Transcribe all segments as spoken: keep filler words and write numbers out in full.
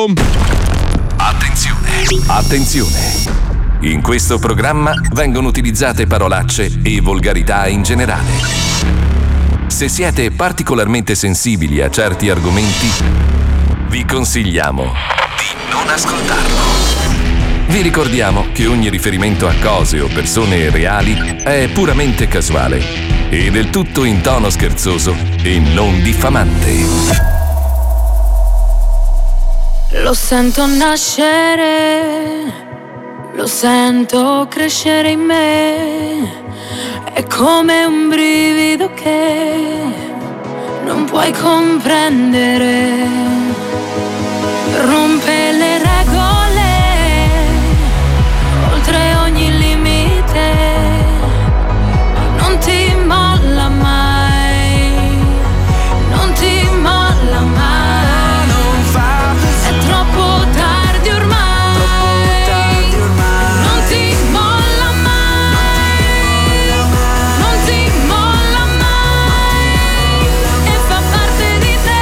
Pronto? Attenzione, attenzione. In questo programma vengono utilizzate parolacce e volgarità in generale. Se siete particolarmente sensibili a certi argomenti, vi consigliamo di non ascoltarlo. Vi ricordiamo che ogni riferimento a cose o persone reali è puramente casuale e del tutto in tono scherzoso e non diffamante. Lo sento nascere, lo sento crescere in me, è come un brivido che non puoi comprendere, rompe le regole, oltre ogni limite, non ti molla mai, non ti molla mai. Troppo tardi ormai, troppo tardi ormai, non ti molla mai, non ti molla mai, e fa parte di te.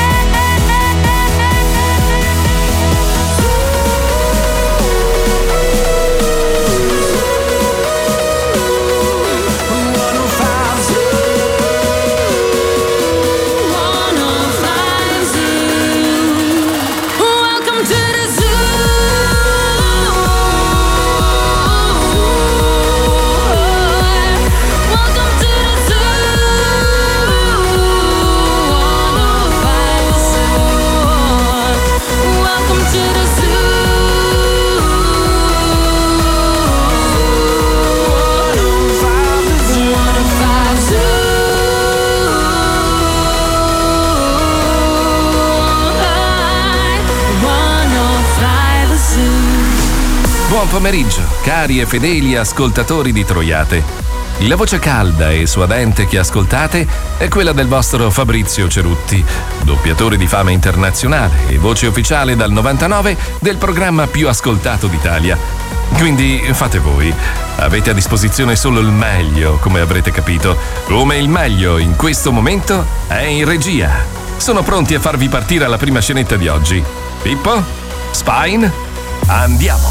Buon pomeriggio, cari e fedeli ascoltatori di Troiate. La voce calda e suadente che ascoltate è quella del vostro Fabrizio Cerutti, doppiatore di fama internazionale e voce ufficiale dal novantanove del programma più ascoltato d'Italia. Quindi fate voi. Avete a disposizione solo il meglio, come avrete capito. Come il meglio in questo momento è in regia. Sono pronti a farvi partire alla prima scenetta di oggi. Pippo? Spine? Andiamo!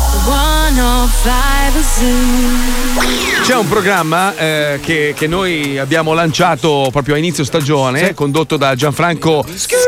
C'è un programma eh, che, che noi abbiamo lanciato proprio a inizio stagione, sì, condotto da Gianfranco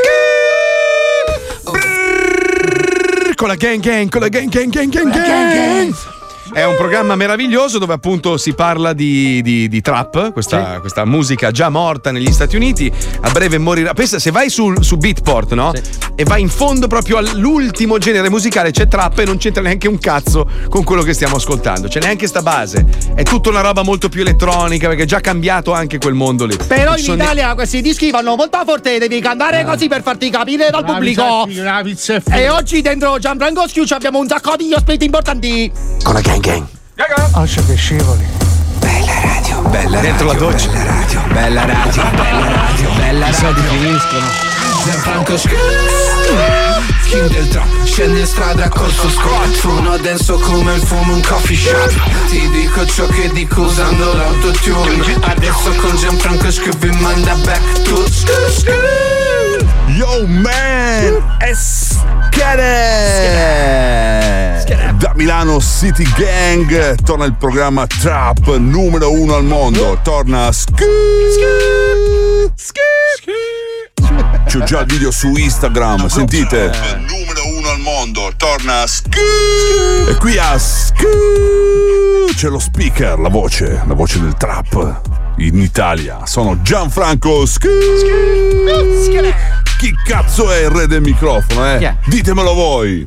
Brrr, con la gang gang, con la gang gang gang gang gang. È un programma meraviglioso dove appunto si parla di, di, di trap, questa, sì, questa musica già morta negli Stati Uniti, a breve morirà. Pensa, se vai su, su Beatport, no? Sì. E vai in fondo proprio all'ultimo genere musicale, c'è trap e non c'entra neanche un cazzo con quello che stiamo ascoltando. C'è neanche sta base. È tutta una roba molto più elettronica, perché è già cambiato anche quel mondo lì. Però in sono... Italia questi dischi vanno molto forte, devi cantare ah. così per farti capire dal bravi pubblico. Certi, e oggi dentro Gianfranco Schiucci abbiamo un sacco di ospiti importanti. Con la gang gang. Occhio che scivoli. Bella radio, bella dentro radio, la doccia. Bella radio, bella radio, bella radio, bella radio. I soldi finiscono. Gianfranco King del trap, scendi in strada corso squat. Suono denso come il fumo un coffee shop. Ti dico ciò che dico usando l'autotune. Adesso con Gianfranco scrivi manda back to school. Yo man, Eschere da Milano City Gang. Torna il programma Trap numero uno al mondo. Torna Sk C'ho già il video su Instagram, sentite. Numero uno al mondo, torna Sk E qui a Sk c'è lo speaker, la voce, la voce del trap in Italia. Sono Gianfranco Sk Chi cazzo è il re del microfono, eh? Yeah. Ditemelo voi.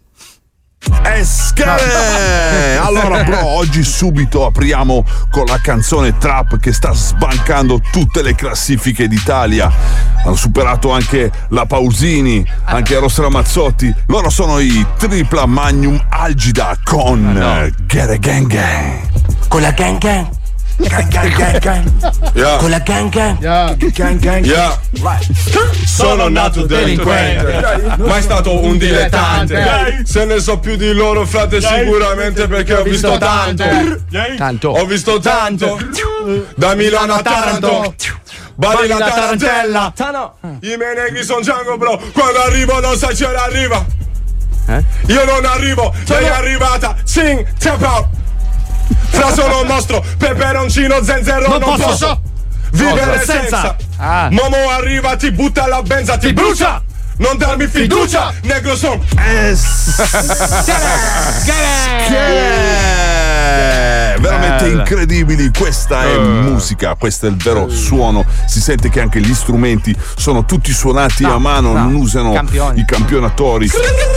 Eschere! Allora bro, oggi subito apriamo con la canzone trap che sta sbancando tutte le classifiche d'Italia. Hanno superato anche la Pausini, anche Ross Ramazzotti. Loro sono i Tripla Magnum Algida con no. Get a Gang Gang. Con la gang gang. Gang gang gang gang. Yeah. Con la gang gang. Yeah. Gang gang. Yeah. Sono nato delinquente, mai stato un dilettante. Se ne so più di loro, frate, sicuramente perché ho visto tanto. Tanto. Ho visto tanto. Da Milano a Taranto. Bari la tarantella. I miei negri son Django, bro. Quando arrivo non sai ce l'arriva. Eh? Io non arrivo, lei è arrivata. Sing, tap out. Fra sono un mostro, peperoncino, zenzero, non, non posso, posso vivere no, senza. senza. Ah. Momo arriva, ti butta la benza, ti, ti brucia. Non darmi fiducia, negro son. Eh, veramente Bella. Incredibili, questa è uh. musica, questo è il vero suono. Si sente che anche gli strumenti sono tutti suonati no, a mano, no. non usano Campioni. i campionatori.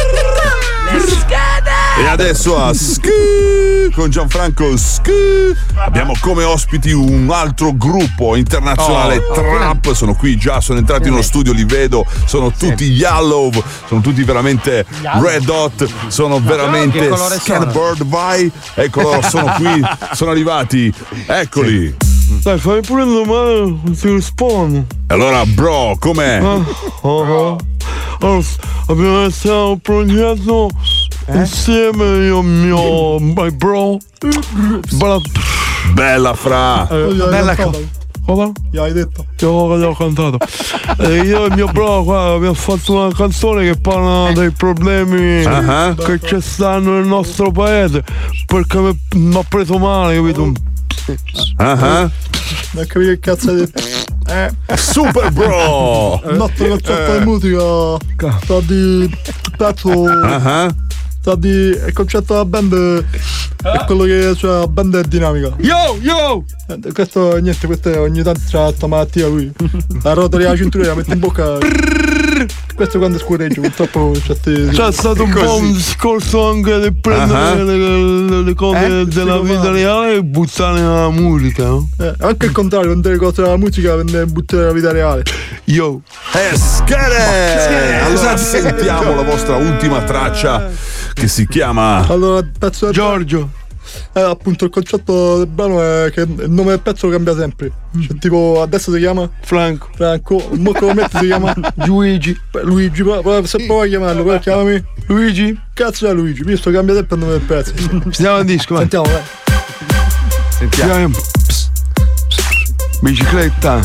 E adesso a Ski con Gianfranco Ski abbiamo come ospiti un altro gruppo internazionale oh, trap. Oh, sono qui già, sono entrati in uno studio, li vedo, sono tutti yellow, sono tutti veramente red hot, sono veramente Scatterbird, vai, ecco loro, sono qui, sono arrivati, eccoli. Dai, fai pure il domani, ti rispondo. Allora, bro, com'è? Uh, uh-huh. Allora, abbiamo iniziato un progetto eh? insieme io e mio my bro. Bella, bella fra. Eh, bella cosa. Cosa? Gli hai detto? Io l'ho cantato. E io e il mio bro qua abbiamo fatto una canzone che parla dei problemi uh-huh. che ci stanno nel nostro paese. Perché mi ha preso male, capito? Uh-huh. Non capito che cazzo hai detto. Eh. Super bro! Il nostro concetto di musica sta di pezzo. Uh-huh. Sta di. Il concetto della band è quello che cioè la band è dinamica. Yo yo! Eh, questo niente, questo è ogni tanto c'ha sta malattia lui. La rotoli la cintura la mette in bocca. Questo quando scureggia purtroppo c'è, te... c'è stato un così. po' un discorso anche di prendere uh-huh. le, le, le cose eh? della sì, vita reale e buttarle nella musica, no? Eh, anche il contrario, prendere cose della musica e buttare nella vita reale. Yo! Eh, schere! Allora sentiamo la vostra ultima traccia che si chiama allora il pezzo del Giorgio. Eh, appunto il concetto del brano è che il nome del pezzo cambia sempre. Cioè, tipo adesso si chiama Franco. Franco, mo che lo metti si chiama Luigi. Luigi, poi se poi chiamarlo, poi chiamami Luigi. Cazzo è Luigi, visto cambia sempre il nome del pezzo. Stiamo al disco, vai. Sentiamo, vai. Sentiamo. Psst, psst. Bicicletta.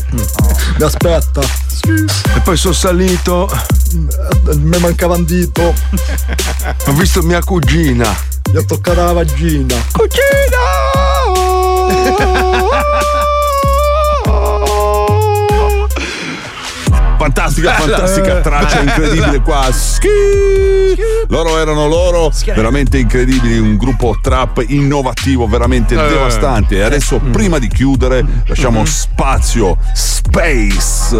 Mi aspetta. E poi sono salito. Mi mancava un dito. Ho visto mia cugina. Gli ho toccata la vagina. Cugina! Fantastica, fantastica traccia incredibile qua. Ski! Loro erano loro, veramente incredibili, un gruppo trap innovativo, veramente devastante. E adesso, prima di chiudere, lasciamo spazio, space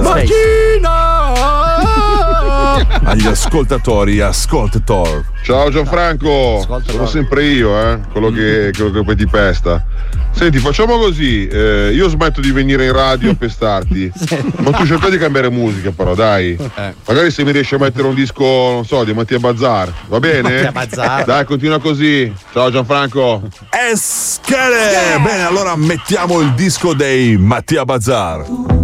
agli ascoltatori, ascoltator. Ciao Gianfranco, sono sempre io, eh, quello che, quello che poi ti pesta. Senti, facciamo così, eh, io smetto di venire in radio a pestarti, ma tu cerca di cambiare musica però, dai. Eh. Magari se mi riesci a mettere un disco, non so, di Mattia Bazzar, va bene? Mattia Bazzar. Dai, continua così. Ciao Gianfranco. Eschere! Yeah. Bene, allora mettiamo il disco dei Mattia Bazzar.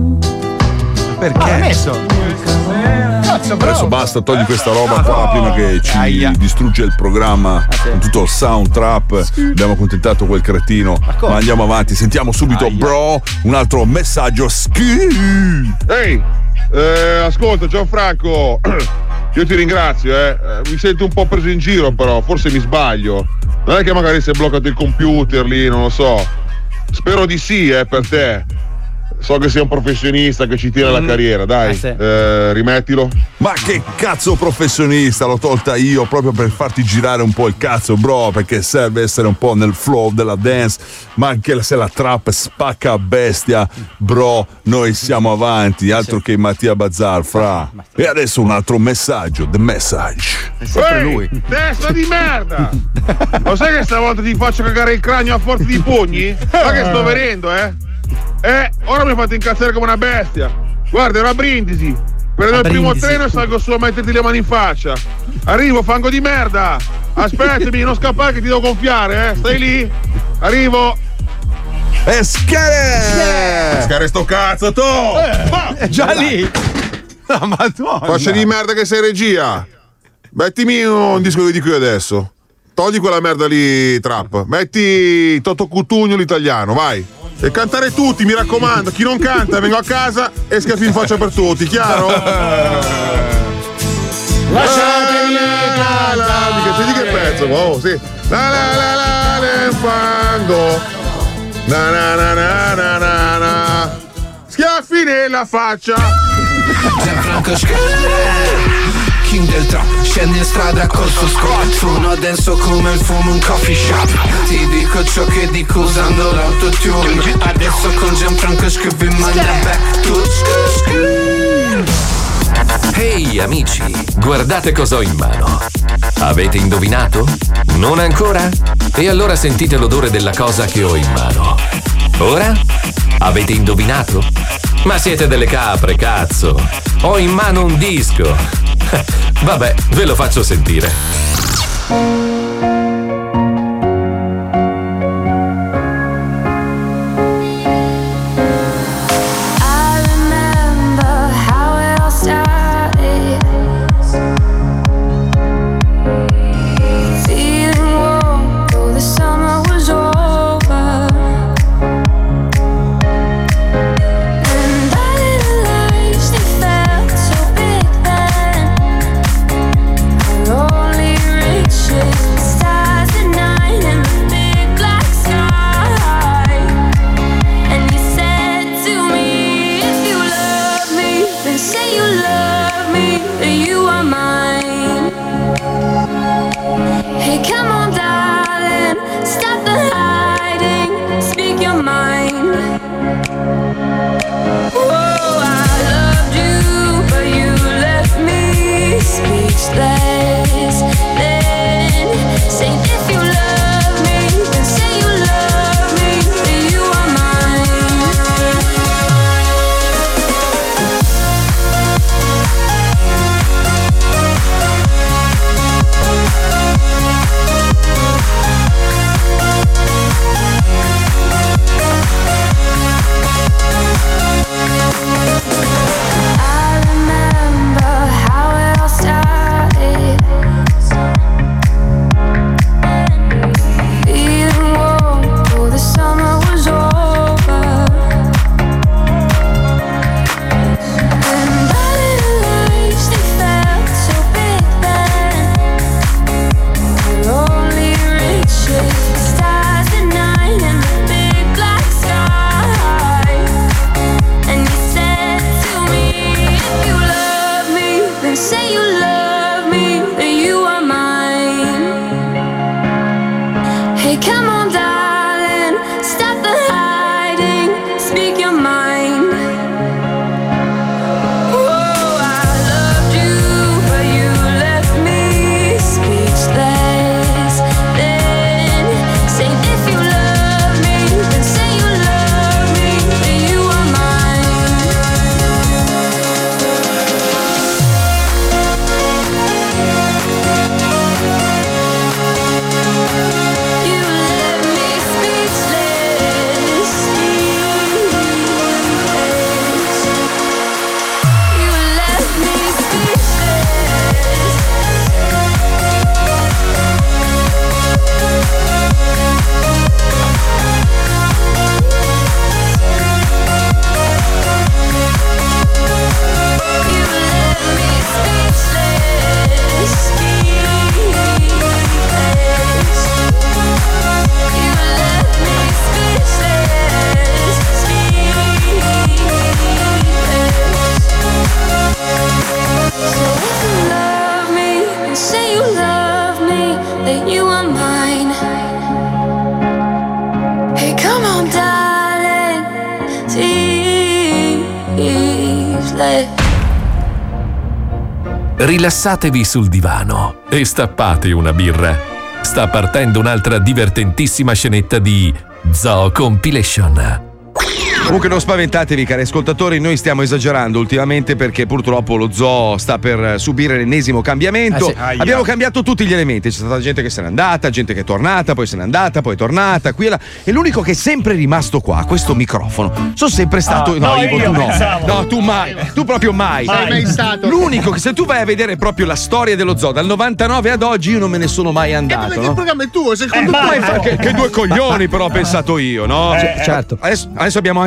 Perché? Ah, messo. Cazzo, adesso basta, togli questa roba qua prima che ci Aia. distrugge il programma con tutto il sound trap. Abbiamo accontentato quel cretino, ma andiamo avanti, sentiamo subito Aia. bro un altro messaggio. Ski. Ehi, eh, ascolta Gianfranco, io ti ringrazio, eh. mi sento un po' preso in giro, però forse mi sbaglio. Non è che magari si è bloccato il computer lì, non lo so. Spero di sì, eh, per te. So che sei un professionista che ci tira mm. la carriera, dai, eh sì. eh, rimettilo. Ma che cazzo professionista, l'ho tolta io proprio per farti girare un po' il cazzo, bro, perché serve essere un po' nel flow della dance, ma anche se la trap spacca a bestia, bro, noi siamo avanti, altro sì. che Mattia Bazzar, fra. E adesso un altro messaggio, the message. È sempre Ehi, lui. Testa di merda! Lo sai che stavolta ti faccio cagare il cranio a forza di pugni? Ma che sto venendo, eh? Eh, ora mi fate incazzare come una bestia. Guarda, era a Brindisi. Prendo il primo treno e salgo su a metterti le mani in faccia. Arrivo, fango di merda. Aspettami, non scappare che ti devo gonfiare, eh. Stai lì. Arrivo. E scare! Scare sto cazzo, tu! Eh, è già lì. No, madonna. Faccia di merda che sei regia. Mettimi un disco che dico io adesso. Togli quella merda lì, trap. Metti Toto Cutugno l'italiano, vai. E cantare tutti, mi raccomando. Chi non canta, vengo a casa e schiaffi in faccia per tutti, chiaro? Lasciatemi wow, sì. La la la la nel fango. Na na na na na na na. Schiaffi nella faccia. Gianfranco King del trap, scendi in strada col suo squad. Fumo denso come il fumo in coffee shop. Ti dico ciò che dico usando l'autotune. Adesso con Gianfranco vi manda back to Ehi hey, amici, guardate cosa ho in mano. Avete indovinato? Non ancora? E allora sentite l'odore della cosa che ho in mano. Ora? Avete indovinato? Ma siete delle capre, cazzo! Ho in mano un disco! Vabbè, ve lo faccio sentire. Rilassatevi sul divano e stappate una birra. Sta partendo un'altra divertentissima scenetta di Zoo Compilation. Comunque non spaventatevi, cari ascoltatori, noi stiamo esagerando ultimamente perché purtroppo lo zoo sta per subire l'ennesimo cambiamento. Ah, sì. Abbiamo cambiato tutti gli elementi, c'è stata gente che se n'è andata, gente che è tornata, poi se n'è andata, poi è tornata, qui e là. E l'unico che è sempre rimasto qua, questo microfono. Sono sempre stato. Ah, no, no, Ivo, io tu no. pensavo. No, tu mai, tu proprio mai. Sei mai stato. L'unico che se tu vai a vedere proprio la storia dello zoo, dal novantanove ad oggi io non me ne sono mai andato. Perché no? il programma è tuo, sei Eh, ma che, che due coglioni, però ho pensato io, no? Eh, certo. Adesso, adesso abbiamo anche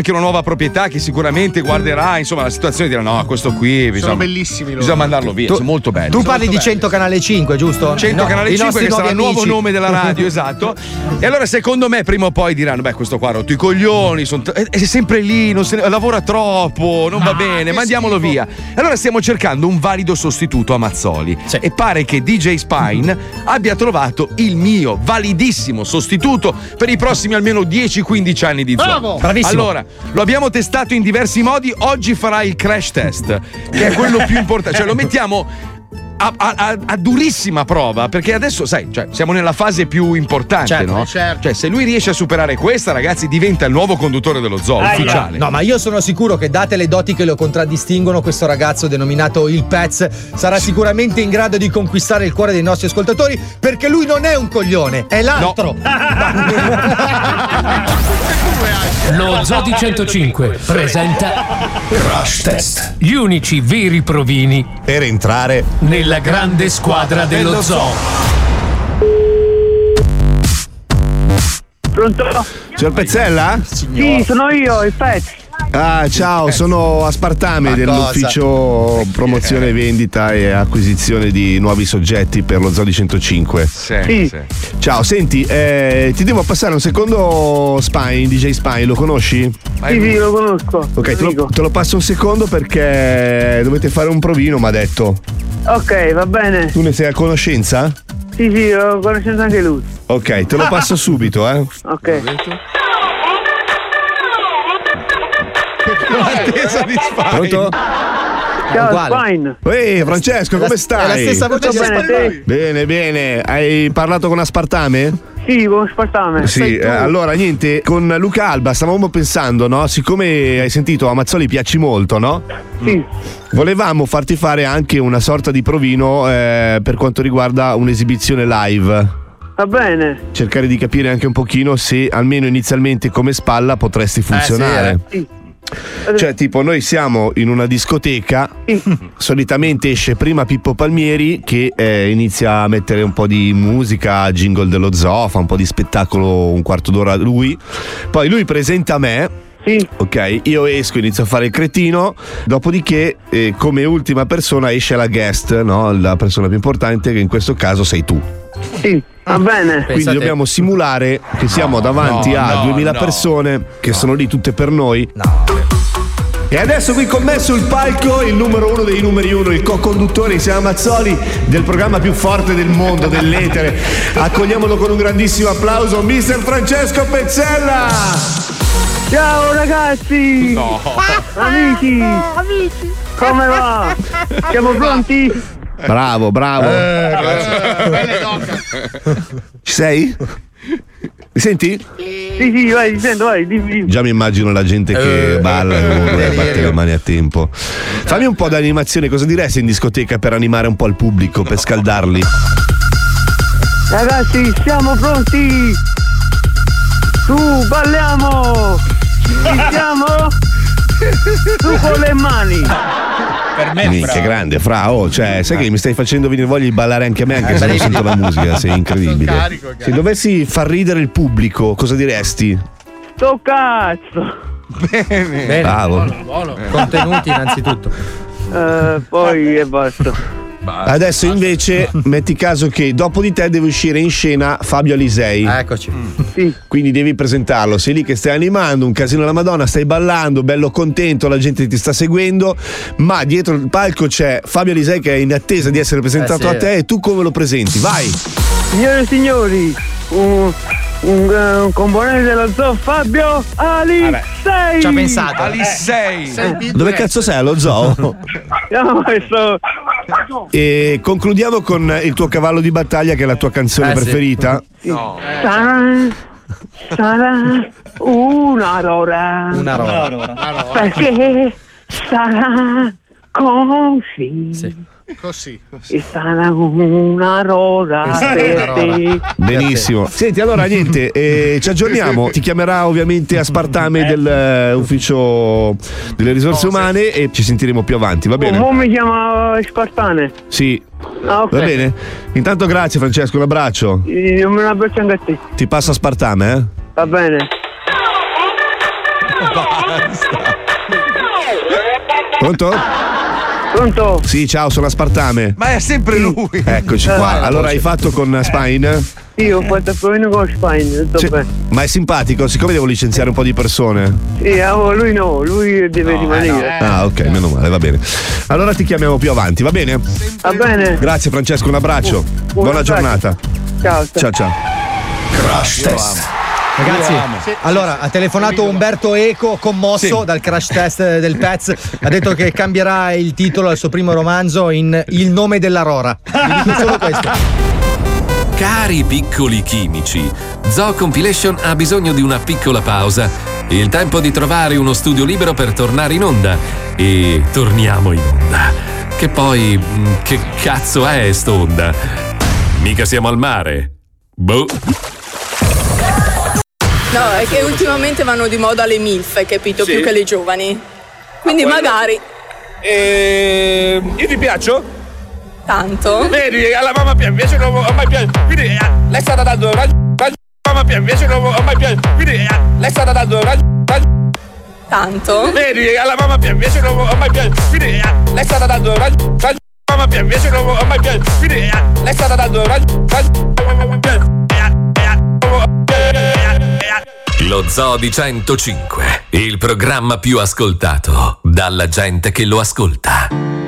anche una nuova proprietà che sicuramente guarderà insomma la situazione e dirà no, questo qui bisogna, sono bellissimi loro. Bisogna mandarlo via, Tu- sono molto belli. Tu sono parli molto di cento Canale cinque, giusto? cento No, Canale i cinque nostri che sarà il nuovi nuovo amici. nome della radio, esatto. E allora secondo me prima o poi diranno beh questo qua ha rotto i coglioni, son t- è, è sempre lì, non se ne- lavora troppo, non va bene, mandiamolo via. E allora stiamo cercando un valido sostituto a Mazzoli e pare che D J Spine abbia trovato il mio validissimo sostituto per i prossimi almeno dieci quindici anni di Zoo. Bravo! Bravissimo. Allora, lo abbiamo testato in diversi modi, oggi farà il crash test, che è quello più importante, cioè lo mettiamo A, a, a durissima prova, perché adesso sai, cioè, siamo nella fase più importante, Certo, no? certo. Cioè, se lui riesce a superare questa, ragazzi, diventa il nuovo conduttore dello zoo ufficiale. No, ma io sono sicuro che date le doti che lo contraddistinguono, questo ragazzo denominato il Pez sarà sicuramente in grado di conquistare il cuore dei nostri ascoltatori, perché lui non è un coglione, è l'altro. Lo Zoo di centocinque presenta Crash Test, gli unici veri provini per entrare nella grande squadra dello zoo. Pronto? Signor Pezzella? Sì, sono io, il Pez. Ah, ciao, sono Aspartame Ma dell'ufficio promozione, vendita e acquisizione di nuovi soggetti per lo Zoo di centocinque. Sì, Sì. sì. Ciao, senti, eh, ti devo passare un secondo Spine, D J Spine, lo conosci? Sì, sì, lo conosco. Ok, te lo, te lo passo un secondo perché dovete fare un provino, mi ha detto. Ok, va bene. Tu ne sei a conoscenza? Sì, sì, ho conoscenza anche lui. Ok, te lo passo subito, eh. Ok. L'attesa di Spine. Pronto? Ciao, Uguale. Spine. Ehi, Francesco, come stai? È la stessa voce di Tutto Aspartame. Bene, bene. Hai parlato con Aspartame? Sì, con Spartame. Sì, eh, allora niente, con Luca Alba stavamo pensando, no? Siccome hai sentito a Mazzoli piaci molto, no? Sì. Volevamo farti fare anche una sorta di provino eh, per quanto riguarda un'esibizione live. Va bene. Cercare di capire anche un pochino se almeno inizialmente come spalla potresti funzionare. Sì. Cioè, tipo, noi siamo in una discoteca, solitamente esce prima Pippo Palmieri che eh, inizia a mettere un po' di musica, jingle dello zoo, fa un po' di spettacolo un quarto d'ora lui, poi lui presenta me. Sì. Ok, io esco, inizio a fare il cretino, dopodiché eh, come ultima persona esce la guest, no? La persona più importante, che in questo caso sei tu. Sì, va bene. Quindi dobbiamo simulare che siamo No, davanti no, a no, duemila no. persone che sono lì tutte per noi. E adesso qui con me sul palco il numero uno dei numeri uno, il co-conduttore insieme a Mazzoli del programma più forte del mondo, dell'etere. Accogliamolo con un grandissimo applauso, mister Francesco Pezzella! Ciao ragazzi! No. Amici! Amici! Come va? Siamo pronti? Bravo, bravo. Ci sei? Mi senti? Sì, sì, vai, ti sento, vai, dimmi, dimmi. Già mi immagino la gente che balla e non vuole battere le mani a tempo. Fammi un po' di animazione, cosa diresti in discoteca per animare un po' il pubblico, per scaldarli? Ragazzi, siamo pronti! Su, balliamo! Ci siamo? Su con le mani! Per me minchia, grande, fra, oh, cioè, sai che mi stai facendo venire voglia di ballare anche a me, anche se non sento la musica, sei incredibile. Carico, carico. Se dovessi far ridere il pubblico, cosa diresti? Sto cazzo! Bene. Bene, bravo. Buono, buono. Contenuti innanzitutto. Eh, poi e basta. Adesso invece metti caso che dopo di te deve uscire in scena Fabio Alisei. Eccoci. Sì. Quindi devi presentarlo. Sei lì che stai animando, un casino alla Madonna, stai ballando, bello contento, la gente ti sta seguendo, ma dietro il palco c'è Fabio Alisei che è in attesa di essere presentato Eh, sì. a te e tu come lo presenti? Vai! Signore e signori, un, un, eh, un componente dello zoo, Fabio Alisei! Ci ha pensato. Alisei! Eh. Dove cazzo sei allo zoo? Abbiamo messo... E concludiamo con il tuo cavallo di battaglia, che è la tua canzone Eh, sì. preferita. No. Sarà, sarà una rora. Una rora. Perché sarà così. Così. E sarà una rora per te. Benissimo. Senti, allora niente, eh, ci aggiorniamo. Ti chiamerà ovviamente Aspartame dell'ufficio delle risorse umane e ci sentiremo più avanti, va bene? Mo mi chiama Spartane. Sì. Ah, ok. Va bene? Intanto grazie Francesco, un abbraccio. Eh, Un abbraccio anche a te. Ti passo Aspartame, eh? Va bene. Pronto? Pronto? Sì, ciao, sono Aspartame. Ma è sempre lui. Eccoci qua. Allora, hai fatto con Spine? Sì, ho fatto il provino con Spine, tutto Sì. bene. Ma è simpatico, siccome devo licenziare un po' di persone. Sì, oh, lui no, lui deve rimanere. Ah, ok, meno male, va bene. Allora ti chiamiamo più avanti, va bene? Va bene. Grazie Francesco, un abbraccio. Buona giornata. Ciao. Ciao ciao. Crash test. Ragazzi, allora ha telefonato Umberto Eco, commosso Sì. dal crash test del Pez. Ha detto che cambierà il titolo al suo primo romanzo in Il nome della Rora. Vi dico solo questo. Cari piccoli chimici, Zoo Compilation ha bisogno di una piccola pausa. Il tempo di trovare uno studio libero per tornare in onda. E torniamo in onda. Che poi, mh, che cazzo è st'onda? Mica siamo al mare. Boh. No, è che ultimamente vanno di moda le MILF, capito? Sì. Più che le giovani. Quindi quello- magari. E... io ti piaccio? Tanto. Vedi, alla mamma piace, invece non ho mai piaciuto. Quindi eh, lei sta dando raggio, raggio, mamma piace, invece non ho mai piaciuto. Quindi eh, lei sta dando raggio, raggio. Tanto. Vedi, alla mamma piace, invece non ho mai piaciuto. Quindi eh, lei sta dando raggio, raggio, mamma piace, invece non ho mai piaciuto. Quindi eh, lei sta dando raggio, raggio. Lo Zoo di centocinque, il programma più ascoltato dalla gente che lo ascolta.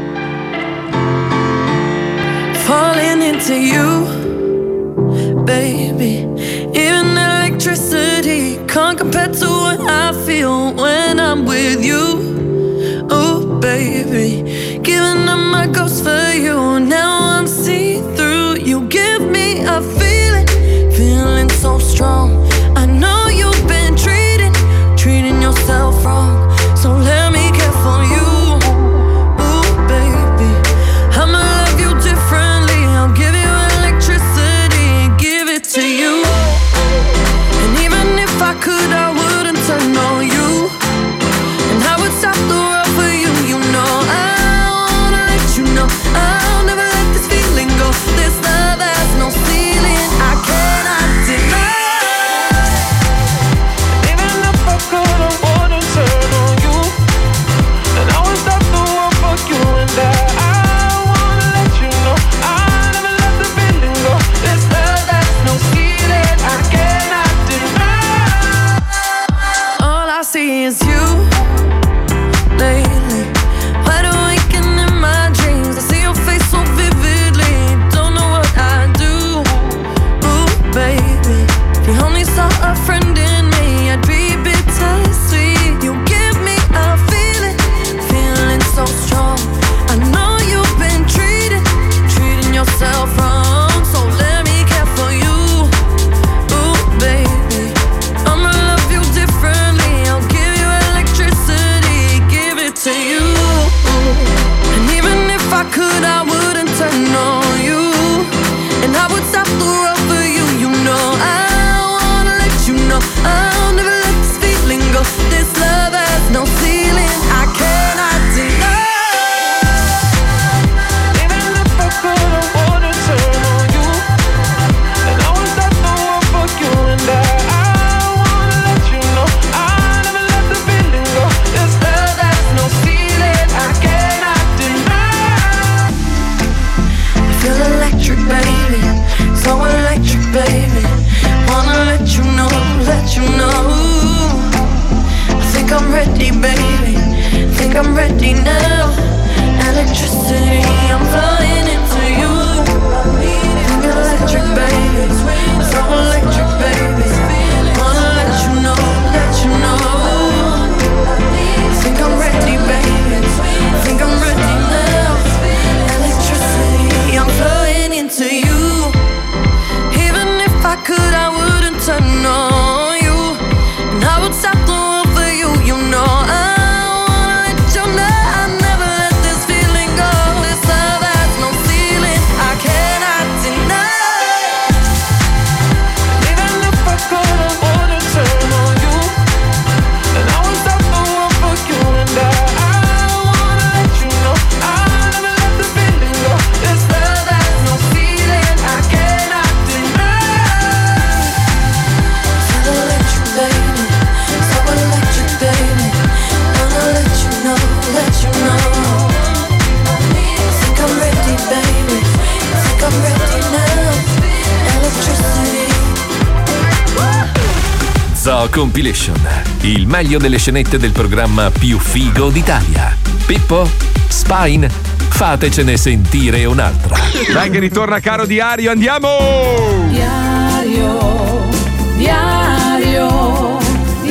Falling into you, baby. Even electricity can't compare to what I feel when I'm with you. Oh, baby, giving up my ghost for you. Now I'm see-through. You give me a feeling, feeling so strong. I know you've been treating, treating yourself wrong. So let me care for you. Ooh, baby, I'ma love you differently. I'll give you electricity and give it to you. And even if I could, I wouldn't turn on you. Pippo Compilation, il meglio delle scenette del programma più figo d'Italia. Pippo, Spine, fatecene sentire un'altra. Dai che ritorna caro Diario, andiamo! Diario, diario,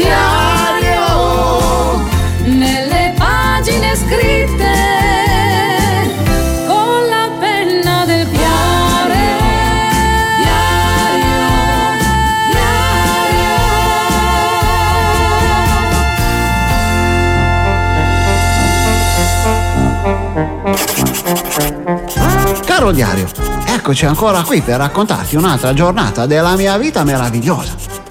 diario, nelle pagine scritte con la penna del cuore. Diario, Caro diario, eccoci ancora qui per raccontarti un'altra giornata della mia vita meravigliosa.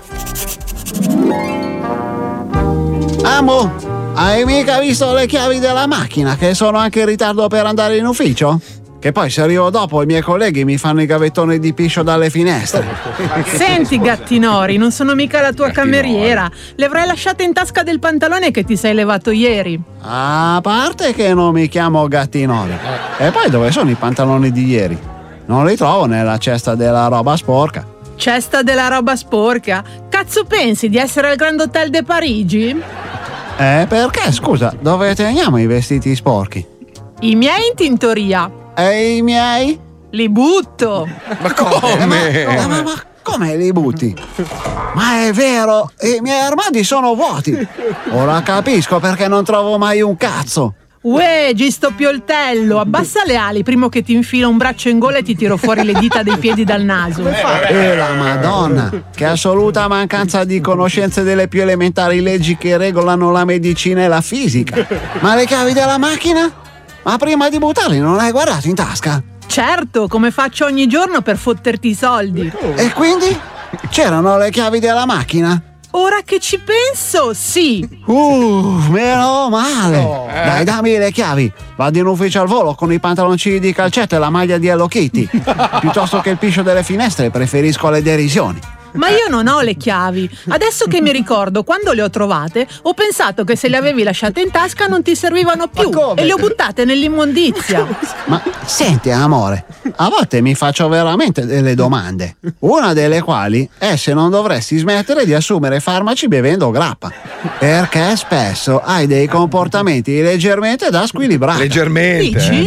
Amo, hai mica visto le chiavi della macchina che sono anche in ritardo per andare in ufficio? Che poi se arrivo dopo i miei colleghi mi fanno i gavettoni di piscio dalle finestre. Senti Gattinori, non sono mica la tua cameriera. Le avrai lasciate in tasca del pantalone che ti sei levato ieri. A parte che non mi chiamo Gattinori. E poi dove sono i pantaloni di ieri? Non li trovo nella cesta della roba sporca. Cesta della roba sporca? Cazzo pensi di essere al Grand Hotel de Parigi? Eh, perché, scusa, dove teniamo i vestiti sporchi? I miei in tintoria. E i miei? Li butto. Ma come? Ma, ma, ma come li butti? Ma è vero, i miei armadi sono vuoti. Ora capisco perché non trovo mai un cazzo. Uè, Gisto Pioltello, abbassa le ali prima che ti infila un braccio in gola e ti tiro fuori le dita dei piedi dal naso. E la Madonna, che assoluta mancanza di conoscenze delle più elementari leggi che regolano la medicina e la fisica. Ma le chiavi della macchina? Ma prima di buttarli non hai guardato in tasca? Certo, come faccio ogni giorno per fotterti i soldi. E quindi? C'erano le chiavi della macchina? Ora che ci penso, sì. Uh, meno male. Oh, eh. Dai, dammi le chiavi. Vado in ufficio al volo con i pantaloncini di calcetto e la maglia di Hello Kitty. Piuttosto che il piscio delle finestre, preferisco le derisioni. Ma io non ho le chiavi. Adesso che mi ricordo, quando le ho trovate, ho pensato che se le avevi lasciate in tasca non ti servivano più e le ho buttate nell'immondizia. Ma senti, amore, a volte mi faccio veramente delle domande. Una delle quali è se non dovresti smettere di assumere farmaci bevendo grappa. Perché spesso hai dei comportamenti leggermente da squilibrare. Leggermente. Dici?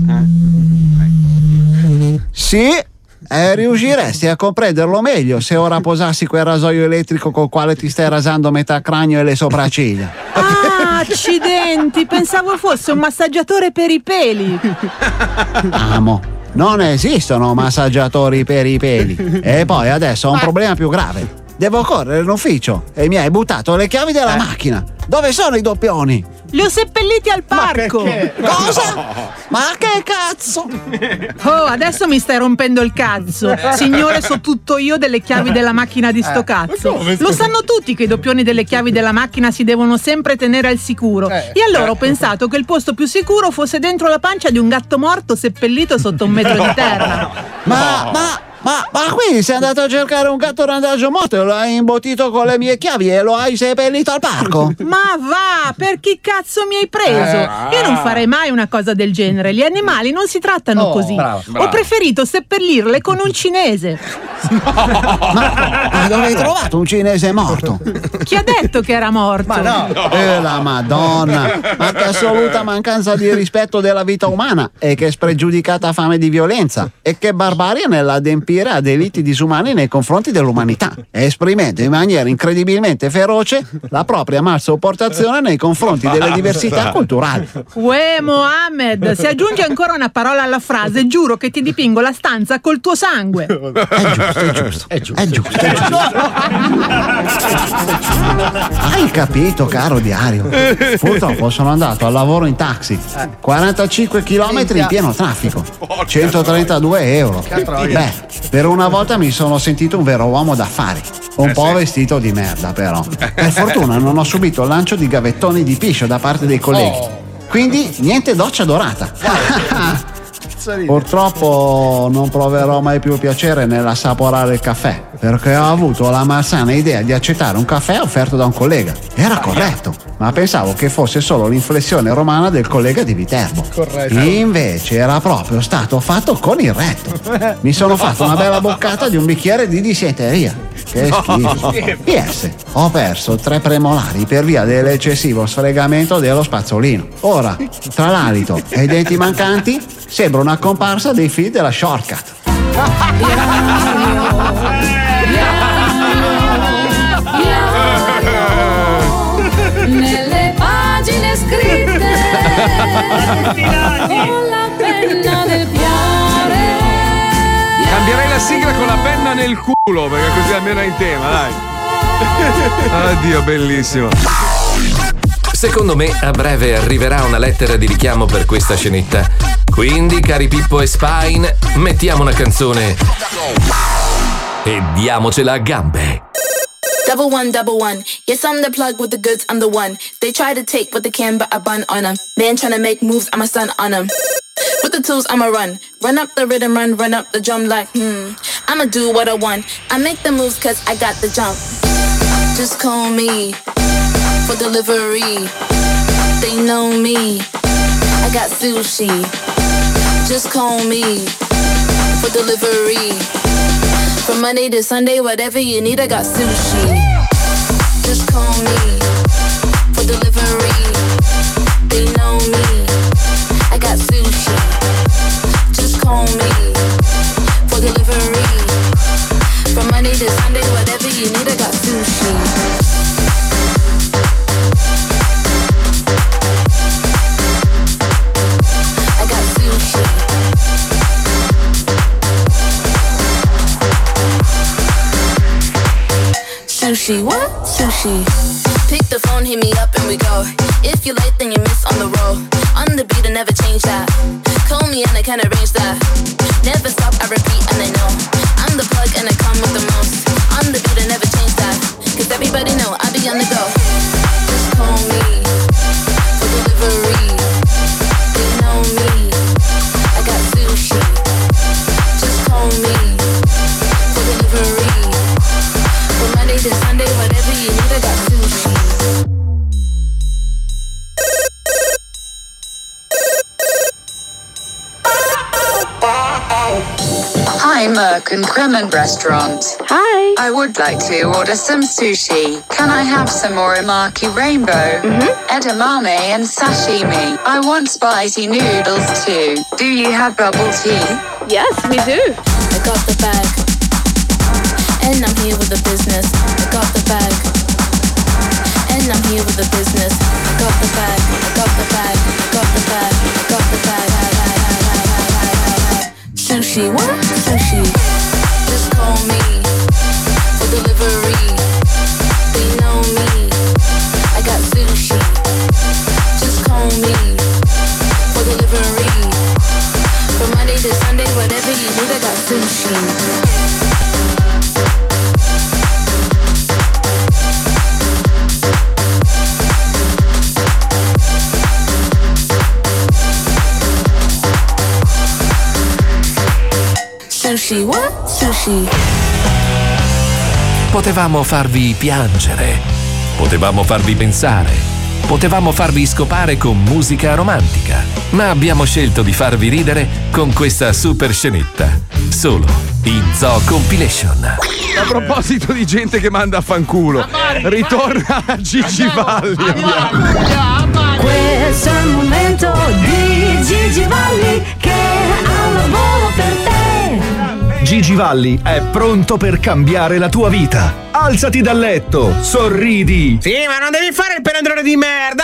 Eh? Sì. Eh, riusciresti a comprenderlo meglio se ora posassi quel rasoio elettrico col quale ti stai rasando metà cranio e le sopracciglia. Ah, accidenti, pensavo fosse un massaggiatore per i peli. Amo, non esistono massaggiatori per i peli. E poi adesso ho un problema più grave. Devo correre in ufficio e mi hai buttato le chiavi della eh. macchina. Dove sono i doppioni? Li ho seppelliti al parco. Ma cosa? Ma che cazzo? Oh, adesso mi stai rompendo il cazzo. Signore, so tutto io delle chiavi della macchina di sto cazzo. Lo sanno tutti che i doppioni delle chiavi della macchina si devono sempre tenere al sicuro. E allora ho pensato che il posto più sicuro fosse dentro la pancia di un gatto morto seppellito sotto un metro di terra. Ma, ma... Ma, ma quindi sei andato a cercare un gatto randagio morto e lo hai imbottito con le mie chiavi e lo hai seppellito al parco? Ma va, per chi cazzo mi hai preso? Eh, Io non farei mai una cosa del genere. Gli animali non si trattano oh, così. Bravo, bravo. Ho preferito seppellirle con un cinese. No. Ma, ma dove hai trovato un cinese morto? Chi ha detto che era morto? Ma no. Eh, la Madonna. Ma che assoluta mancanza di rispetto della vita umana e che spregiudicata fame di violenza e che barbarie nell'adempimento a delitti disumani nei confronti dell'umanità, esprimendo in maniera incredibilmente feroce la propria malsopportazione nei confronti delle diversità culturali. Uè Mohammed, se aggiungi ancora una parola alla frase, giuro che ti dipingo la stanza col tuo sangue. È giusto, è giusto, è giusto, è giusto, è giusto. Hai capito, caro diario? Purtroppo sono andato al lavoro in taxi, quarantacinque chilometri in pieno traffico, centotrentadue euro. Beh, per una volta mi sono sentito un vero uomo d'affari. Un eh po' sì. vestito di merda, però. Per fortuna non ho subito il lancio di gavettoni di piscio da parte dei colleghi. Oh. Quindi niente doccia dorata. Purtroppo non proverò mai più piacere nell'assaporare il caffè, perché ho avuto la malsana idea di accettare un caffè offerto da un collega. Era corretto, ma pensavo che fosse solo l'inflessione romana del collega di Viterbo. Corretto. Invece era proprio stato fatto con il retto. Mi sono fatto una bella boccata di un bicchiere di dissenteria. Che No. schifo. P S. Ho perso tre premolari per via dell'eccessivo sfregamento dello spazzolino. Ora, tra l'alito e i denti mancanti, sembra una comparsa dei feed della Shortcut. Nelle pagine scritte con la penna del piare. Cambierei la sigla con la penna nel culo, perché così almeno è in tema, dai. Oddio, bellissimo. Secondo me a breve arriverà una lettera di richiamo per questa scenetta. Quindi, cari Pippo e Spine, mettiamo una canzone e diamocela a gambe. Double one, double one. Yes, I'm the plug with the goods, I'm the one. They try to take what they can, but I bun on them. Man trying to make moves, I'm a stun on them. With the tools, I'ma run. Run up the rhythm, run, run up the drum like, hmm. I'ma do what I want. I make the moves cause I got the jump. Just call me for delivery. They know me. I got sushi. Just call me for delivery. From Monday to Sunday, whatever you need, I got sushi. Just call me for delivery. They know me. I got sushi. Just call me for delivery. From Monday to Sunday, whatever you need, I got sushi. Sushi, what? Sushi. Pick the phone, hit me up and we go. If you late, then you miss on the roll. On the beat, I never change that. Call me and I can arrange that. Never stop, I repeat and they know. I'm the plug and I come with the most. On the beat, I never change that. Cause everybody know I be on the go. Just call me for delivery. They know me. I got sushi. Just call me for delivery. From Monday to Sunday, whatever you need, I got sushi. Hi, Merck and Kremen Restaurant. Hi. I would like to order some sushi. Can I have some orimaki rainbow, mm-hmm. edamame and sashimi? I want spicy noodles too. Do you have bubble tea? Yes, we do. I got the bag. And I'm here with the business. I got the bag. And I'm here with the business. I got the bag. I got the bag. I got the bag. I got the bag. Sushi, what? Sushi. Just call me for delivery. They know me. I got sushi. Just call me for delivery. From Monday to Sunday, whatever you need, I got sushi. Sushi, what? Sushi. Potevamo farvi piangere, potevamo farvi pensare, potevamo farvi scopare con musica romantica, ma abbiamo scelto di farvi ridere con questa super scenetta, solo in Zoo Compilation. A proposito di gente che manda a fanculo, ritorna Gigi Valli. Questo è il momento di Gigi Valli che ha un lavoro per te. Gigi Valli è pronto per cambiare la tua vita. Alzati dal letto, sorridi. Sì, ma non devi fare il penandrone di merda,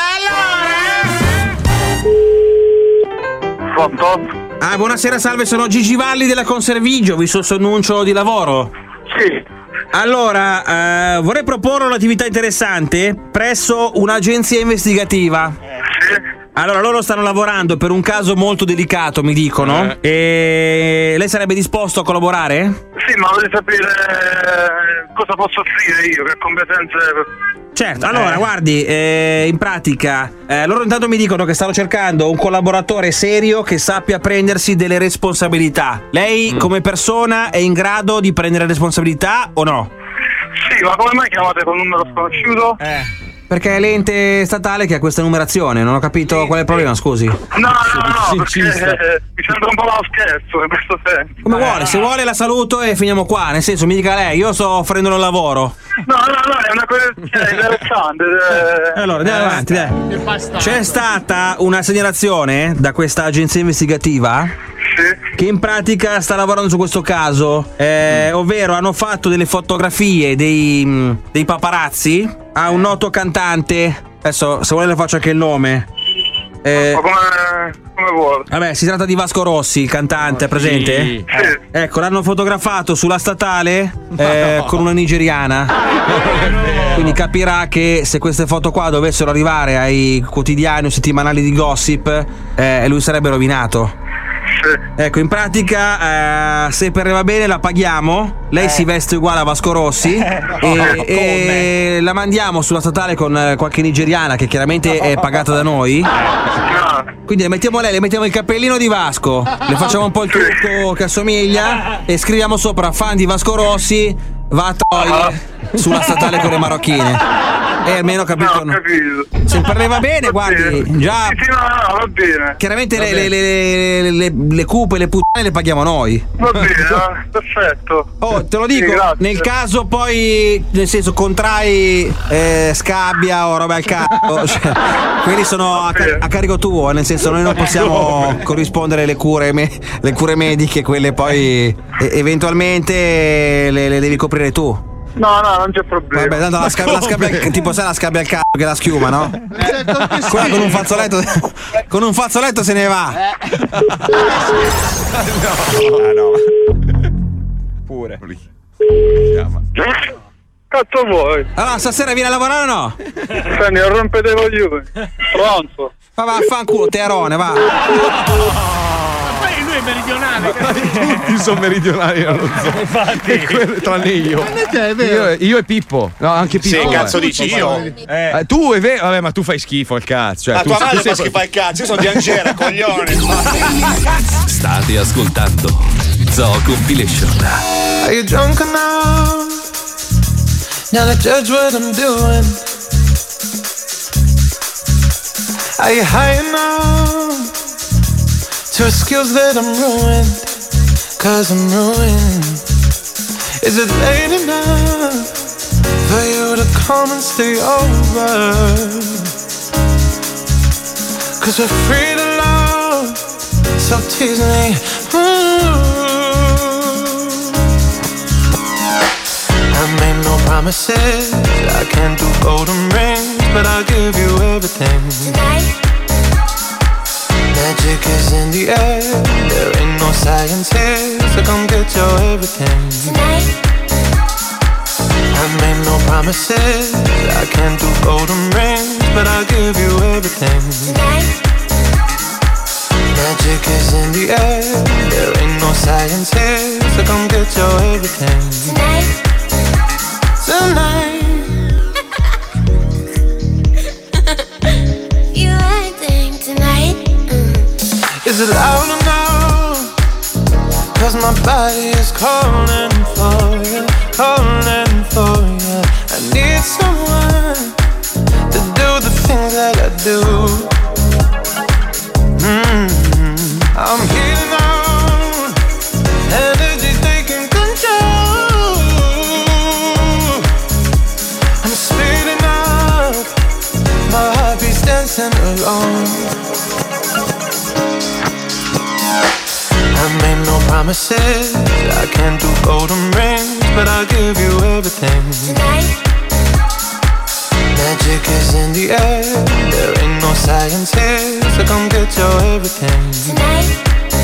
allora! Pronto? Ah, buonasera, salve, sono Gigi Valli della Conservigio, ho visto il suo annuncio di lavoro. Sì. Allora, eh, vorrei proporre un'attività interessante presso un'agenzia investigativa. Sì. Allora, loro stanno lavorando per un caso molto delicato, mi dicono. Eh. E lei sarebbe disposto a collaborare? Sì, ma vorrei sapere cosa posso offrire io, che competenze. Certo, allora, eh. guardi, eh, in pratica, eh, loro intanto mi dicono che stanno cercando un collaboratore serio che sappia prendersi delle responsabilità. Lei, mm. come persona, è in grado di prendere responsabilità o no? Sì, ma come mai chiamate con un numero sconosciuto? Eh. Perché è l'ente statale che ha questa numerazione, non ho capito qual è il problema, scusi. No, no, no, perché eh, mi sembra un po' uno scherzo in questo senso. Come vuole, se vuole la saluto e finiamo qua, nel senso mi dica lei, io sto offrendo il lavoro. No, no, no, è una cosa cioè, interessante. Eh. Allora, andiamo avanti, dai. C'è stata una segnalazione da questa agenzia investigativa che in pratica sta lavorando su questo caso, eh, ovvero hanno fatto delle fotografie dei, dei paparazzi a un noto cantante. Adesso se vuole le faccio anche il nome. Eh, Ma come, come vuole? Vabbè, si tratta di Vasco Rossi, il cantante, presente? Sì. Eh, ecco, l'hanno fotografato sulla statale eh, con una nigeriana. Quindi capirà che se queste foto qua dovessero arrivare ai quotidiani o settimanali di gossip, eh, lui sarebbe rovinato. Ecco, in pratica, eh, se per lei va bene, la paghiamo. Lei eh. si veste uguale a Vasco Rossi no, e, e la mandiamo sulla statale con eh, qualche nigeriana che chiaramente è pagata da noi. Quindi le mettiamo lei, le mettiamo il cappellino di Vasco, le facciamo un po' il trucco che assomiglia e scriviamo sopra fan di Vasco Rossi, va a togliere sulla statale con le marocchine. E almeno capito. No, capito. Se per lei va bene, guardi, già. Sì, sì, no, no, va bene. Chiaramente Va le, bene. le, le, le, le cupe, le puttane le paghiamo noi. Va bene, no, perfetto. Oh, te lo dico, Sì, grazie. nel caso poi, nel senso, contrai eh, scabbia o roba al cazzo, cioè, quelli sono a, car- a carico tuo, nel senso noi non possiamo corrispondere le cure, me- le cure mediche, quelle poi e- eventualmente le, le devi coprire tu. No, no, non c'è problema. Vabbè, tanto la, sca- la scabbia, tipo sai la scabbia al cazzo che la schiuma, no? Qua con un fazzoletto con un fazzoletto se ne va. No, no. Pure. Cazzo vuoi? Allora, stasera vieni a lavorare o no? Senti, non rompete i coglioni. Pronto? Va, va, fanculo, terone, va. Poi lui è meridionale. Tutti sono meridionali, non lo so. Infatti. Quello- tranne io. È vero. io. Io e Pippo. No, anche Pippo. Sì, eh. cazzo dici io? Eh, tu è vero, vabbè, ma tu fai schifo al cazzo. Cioè, Ma tu, tua tu madre sei- fa schifo al cazzo, io sono di Angera, coglione. State ascoltando Zoo Compilation. Are you drunk enough now to judge what I'm doing? Are you high enough to excuse that I'm ruined? Cause I'm ruined. Is it late enough for you to come and stay over? Cause we're free to love, so tease me. Ooh. I made no promises, I can't do golden rings, but I'll give you everything. Tonight. Magic is in the air, there ain't no science here, so come get your everything. Tonight. I made no promises, I can't do golden rings, but I'll give you everything. Tonight. Magic is in the air, there ain't no science here, so come get your everything. Tonight. Tonight. You acting tonight? Mm. Is it loud enough? Cause my body is calling for you, calling for you. I need someone to do the things that I do. Mm-hmm. I'm healing out, energy taking control. I'm speeding up, my heart beats dancing alone. I made no promises, I can't do golden rings, but I'll give you everything. Tonight. Magic is in the air, there ain't no science here, so come get your everything. Tonight.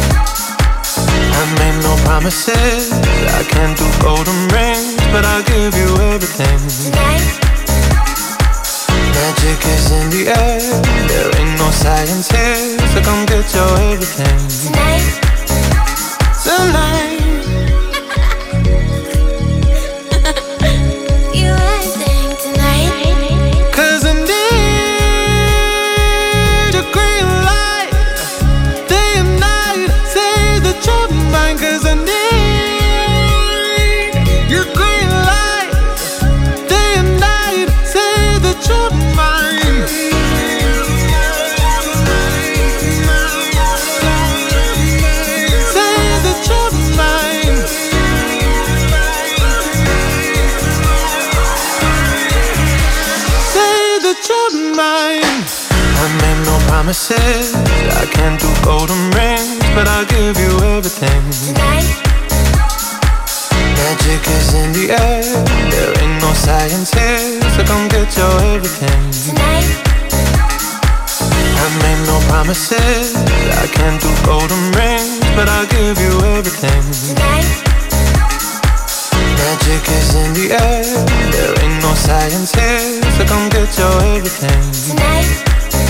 I made no promises, I can't do golden rings, but I'll give you everything. Tonight. Magic is in the air, there ain't no science here, so come get your everything. Tonight. Tonight. You acting tonight? Cause I need a green light, day and night, say that you're mine. Cause I need your green light, day and night, say that you're mine. promises. I can't do golden rings, but I'll give you everything. Tonight. Magic is in the air. There ain't no science here, so come get your everything. Tonight. I've made no promises. I can't do golden rings, but I'll give you everything. Tonight. Magic is in the air. There ain't no science here, so come get your everything. Tonight.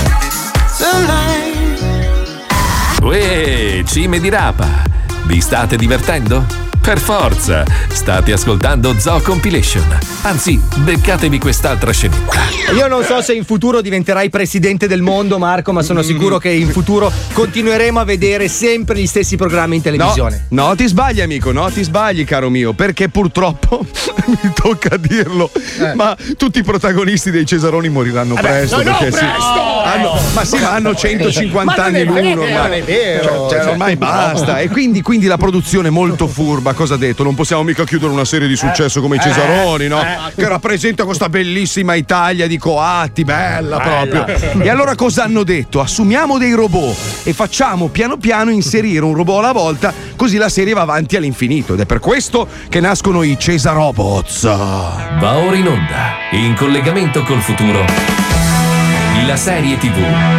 Tonight. Uè, cime di rapa. Vi state divertendo? Per forza, state ascoltando Zoo Compilation. Anzi, beccatevi quest'altra scenetta. Io non so se in futuro diventerai presidente del mondo, Marco, ma sono sicuro che in futuro continueremo a vedere sempre gli stessi programmi in televisione. No, no, ti sbagli, amico, no, ti sbagli, caro mio, perché purtroppo mi tocca dirlo, eh. ma tutti i protagonisti dei Cesaroni moriranno Vabbè, presto. no, no, perché presto! Sì, hanno, ma sì, ma hanno centocinquanta Ma non anni è vero, l'uno. non è vero. Cioè, cioè, ormai basta. E quindi, quindi la produzione molto furba. Cosa ha detto? Non possiamo mica chiudere una serie di successo come i Cesaroni, no? Che rappresenta questa bellissima Italia di coatti, bella proprio. E allora cosa hanno detto? Assumiamo dei robot e facciamo piano piano inserire un robot alla volta, così la serie va avanti all'infinito. Ed è per questo che nascono i Cesarobots. Va ora in onda, in collegamento col futuro, la serie tivù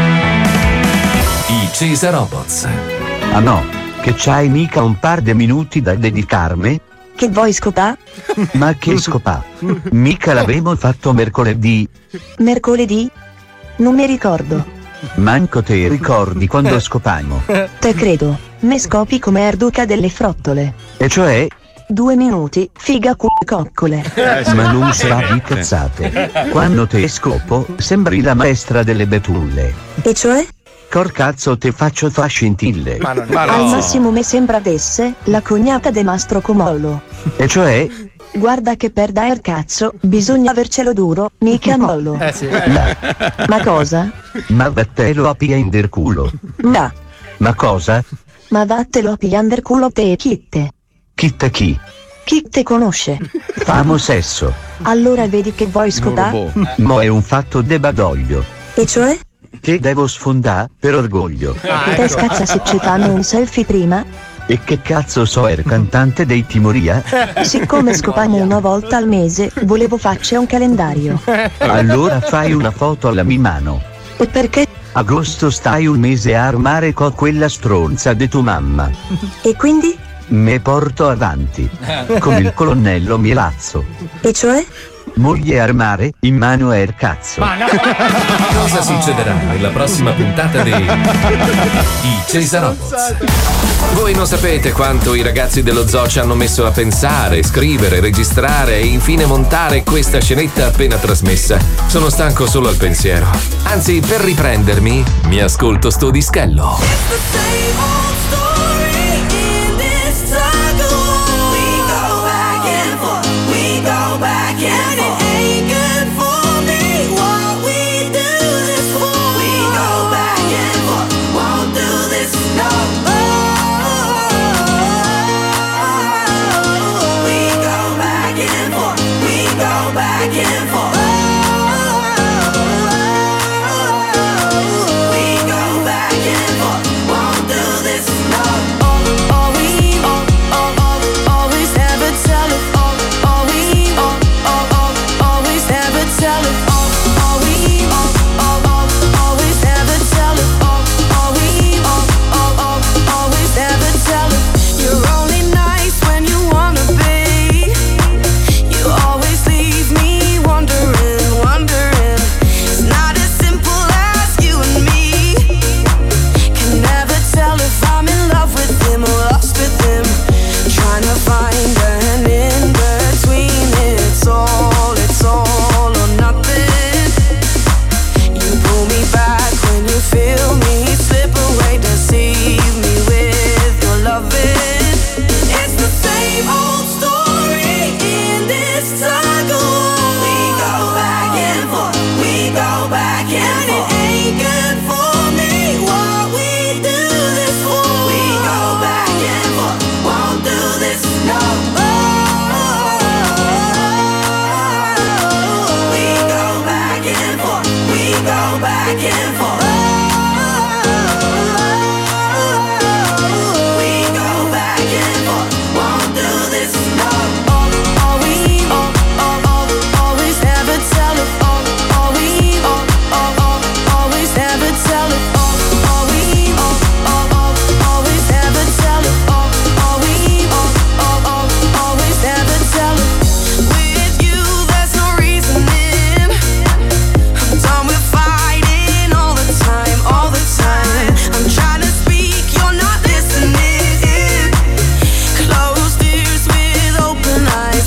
I Cesarobots. Ah no, che c'hai mica un par di minuti da dedicarmi? Che vuoi scopà? Ma che scopà? Mica l'avremo fatto mercoledì. Mercoledì? Non mi ricordo. Manco te ricordi quando scopamo. Te credo, me scopi come Erduca delle frottole. E cioè? Due minuti, figa cu coccole. Ma non sarà di cazzate. Quando te scopo, sembri la maestra delle betulle. E cioè? Cor cazzo te faccio fa scintille. Ma non, ma no. Al massimo me sembra avesse la cognata de Mastro Comollo. E cioè? Guarda che per dar cazzo bisogna avercelo duro, mica mollo. Eh sì. Ma, ma cosa? Ma vattelo a piander culo. Ma. Ma cosa? Ma vattelo a piander culo te e chi te? Chi te chi? Chi te conosce? Famo sesso. Allora vedi che vuoi scopare? Mo è un fatto de badoglio. E cioè? Che devo sfondà per orgoglio. Te scazza se ci fanno un selfie prima? E che cazzo so er cantante dei Timoria? Siccome scopamo una volta al mese, volevo faccia un calendario. Allora fai una foto alla mia mano. E perché? Agosto stai un mese a armare con quella stronza di tua mamma. E quindi? Me porto avanti. Con il colonnello Mielazzo. E cioè? Moglie armare, in mano è il cazzo. Ma no! Cosa succederà nella prossima puntata di I Cesarobots? Voi non sapete quanto i ragazzi dello zoo ci hanno messo a pensare, scrivere, registrare e infine montare questa scenetta appena trasmessa. Sono stanco solo al pensiero. Anzi, per riprendermi, mi ascolto sto dischello.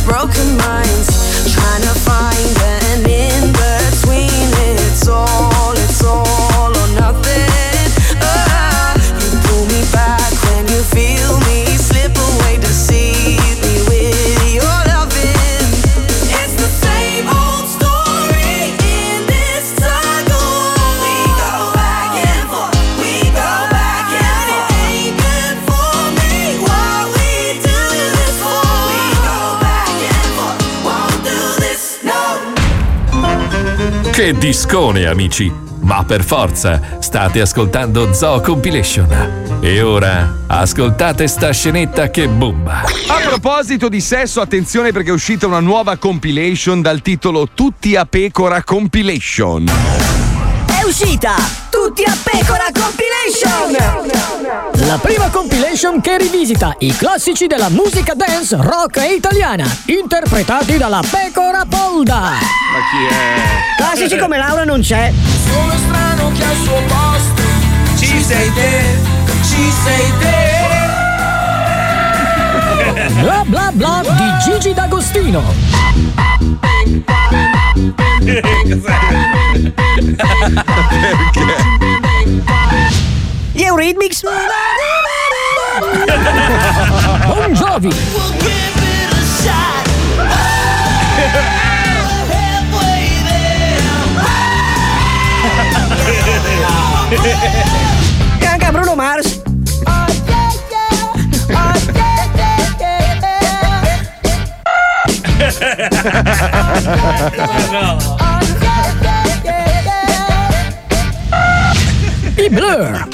broken minds, trying to find an in between. It's all, it's all or nothing. Ah, you pull me back when you feel me slip away, deceive me with your loving. It's the same old story in this cycle. We go back and forth, we go back and forth. It ain't good for me what we do this for. We go back and forth, won't do this, no. Che discone, amici! Ma per forza, state ascoltando Zoo Compilation. E ora, ascoltate sta scenetta che bomba. A proposito di sesso, attenzione perché è uscita una nuova compilation dal titolo Tutti a Pecora Compilation. È uscita Tutti a Pecora Compilation! La prima compilation che rivisita i classici della musica dance rock e italiana, interpretati dalla Pecora Polda. Ma chi è? Classici come Laura non c'è. Sono strano che al suo posto ci sei te, ci sei te. Bla bla bla di Gigi D'Agostino. Gli Eurythmics. Bon Jovi. E anche Bruno Mars. I Blur.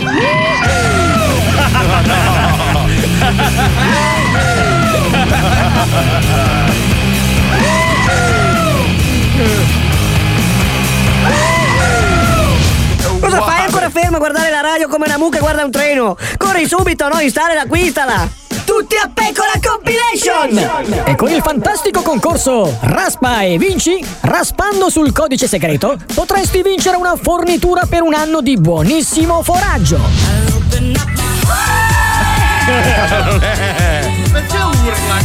Cosa fai ancora fermo a guardare la radio come una mucca guarda un treno? Corri subito, no? Installa e acquistala! Tutti a Pecora Compilation! E con il fantastico concorso Raspa e vinci, raspando sul codice segreto, potresti vincere una fornitura per un anno di buonissimo foraggio. Perché urla?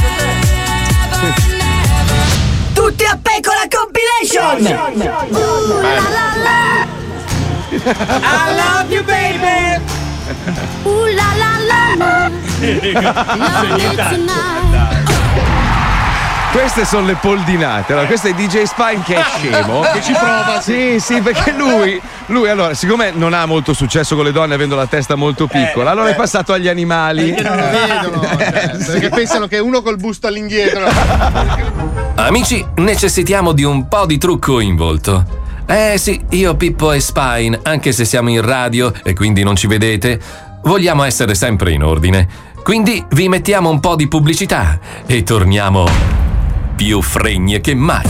Tutti a Pecora Compilation! Uh, la, la, la. I love you baby. Uh, la, la, la, la. Love you tonight. Queste sono le poldinate. Allora, questo è D J Spine che è scemo. Che ci prova. Sì, sì, perché lui, lui allora, siccome non ha molto successo con le donne avendo la testa molto piccola, allora è passato agli animali. Perché non lo vedono, cioè, perché pensano che è uno col busto all'indietro. Amici, necessitiamo di un po' di trucco in volto. Eh sì, io, Pippo e Spine, anche se siamo in radio e quindi non ci vedete, vogliamo essere sempre in ordine. Quindi vi mettiamo un po' di pubblicità e torniamo più fregne che mai.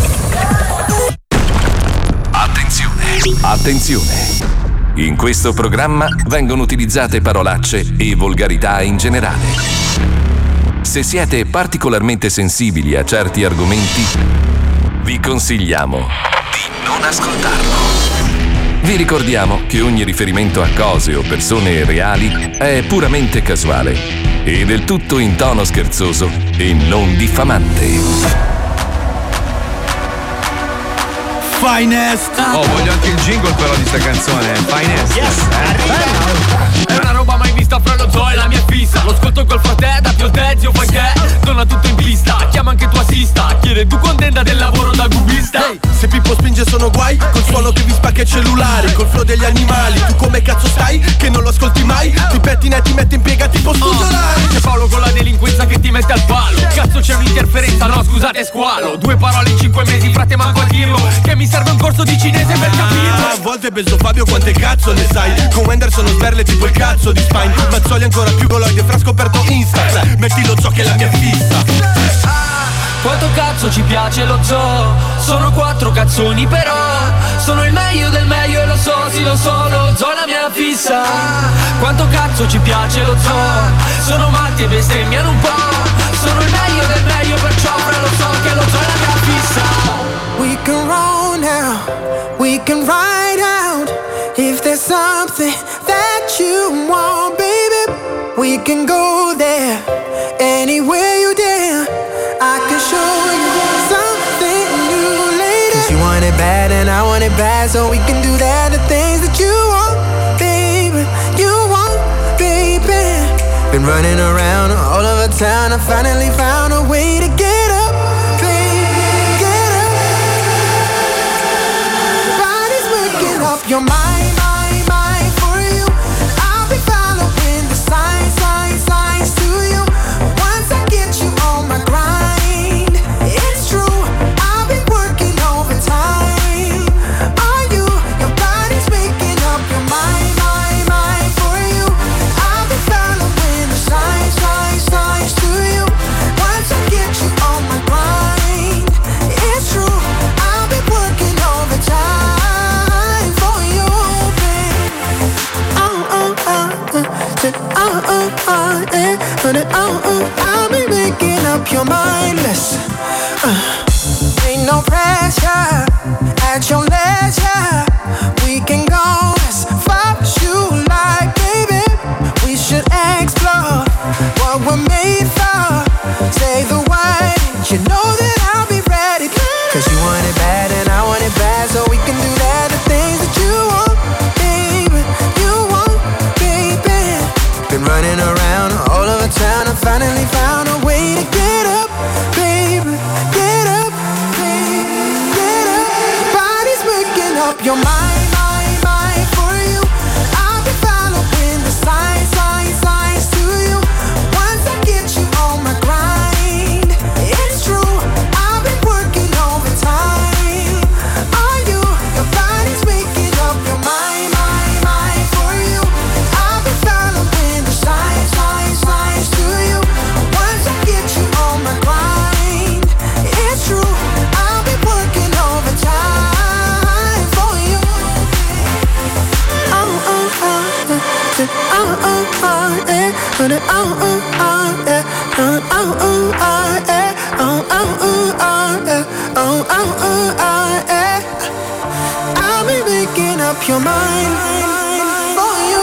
Attenzione, attenzione. In questo programma vengono utilizzate parolacce e volgarità in generale. Se siete particolarmente sensibili a certi argomenti, vi consigliamo di non ascoltarlo. Vi ricordiamo che ogni riferimento a cose o persone reali è puramente casuale e del tutto in tono scherzoso e non diffamante. Finest. Oh, voglio anche il jingle però di sta canzone. Finest. Yes, è una roba mai vista fra lo zoo e la mia fissa. Lo ascolto col fratello, da più te, zio, fai che torna tutto in pista. Chiama anche tua assista, chiede tu contenta del lavoro da cubista. Hey, se Pippo spinge sono guai, col suono che vi spacca i cellulari, col flow degli animali. Tu come cazzo stai? Che non lo ascolti mai? Ti pettina e ti mette in piega tipo studio live. C'è Paolo con la delinquenza che ti mette al palo. Cazzo c'è un'interferenza, no scusate squalo. Due parole in cinque mesi, frate manco a dirlo. Che mi serve un corso di cinese per capirlo. A volte penso Fabio quante cazzo ne sai. Con Wender sono sberle tipo il cazzo di Spine. Mazzoli ancora più goloide fra scoperto Insta. Metti lo zoo che è la mia fissa. Quanto cazzo ci piace lo zoo. Sono quattro cazzoni però sono il meglio del meglio e lo so, sì lo so. Lo zoo è la mia fissa. Quanto cazzo ci piace lo zoo. Sono matti e bestemmiano un po'. Sono il meglio del meglio perciò fra lo so che lo zoo è la mia fissa. We can roll now, we can ride out. If there's something that you want, baby, we can go there. Anywhere you dare, I can show you. bad and I want it bad, so we can do that, the things that you want, baby, you want, baby. Been running around all over town, I finally found a way to get up, baby, get up. Body's waking up your mind, mind, mind for you. I'll be following the signs, signs, signs to you. Once I get you on my grind, it's true, I've been working overtime. Are you? Your body's waking up your mind, mind, mind for you. I'll be following the signs, signs, signs to you. Once I get you on my grind, it's true, I'll be working overtime for you, babe. Oh, oh, oh, uh, oh, oh, oh, eh, but uh, oh, oh, I'll be making up your mind, listen. Uh, ain't no pressure, at your leisure. We can go as far as you like, baby. We should explore what we're made for. Say the word, you know that I'll be ready. Cause you want it bad and I want it bad, so we can do that, the things that you want, baby, you want, baby. Been running around all over town, I finally found a way to get up, baby, get up, baby, get up. Body's waking up your mind, mind, mind for you. I'll be following the signs, signs, signs to you. Once I get you on my grind, it's true, I've been working overtime. Are you? Your body's waking up your mind, mind, mind for you. I'll be following the signs, signs, signs to you. Once I get you on my grind, it's true, I'll be working overtime for you. Oh, oh, oh, eh, oh, oh, oh, eh, but uh, oh, oh, oh, eh, oh, oh, oh, oh, eh, oh, oh, oh, oh, eh, oh, oh, oh, oh, eh. I'll be making up your mind for you.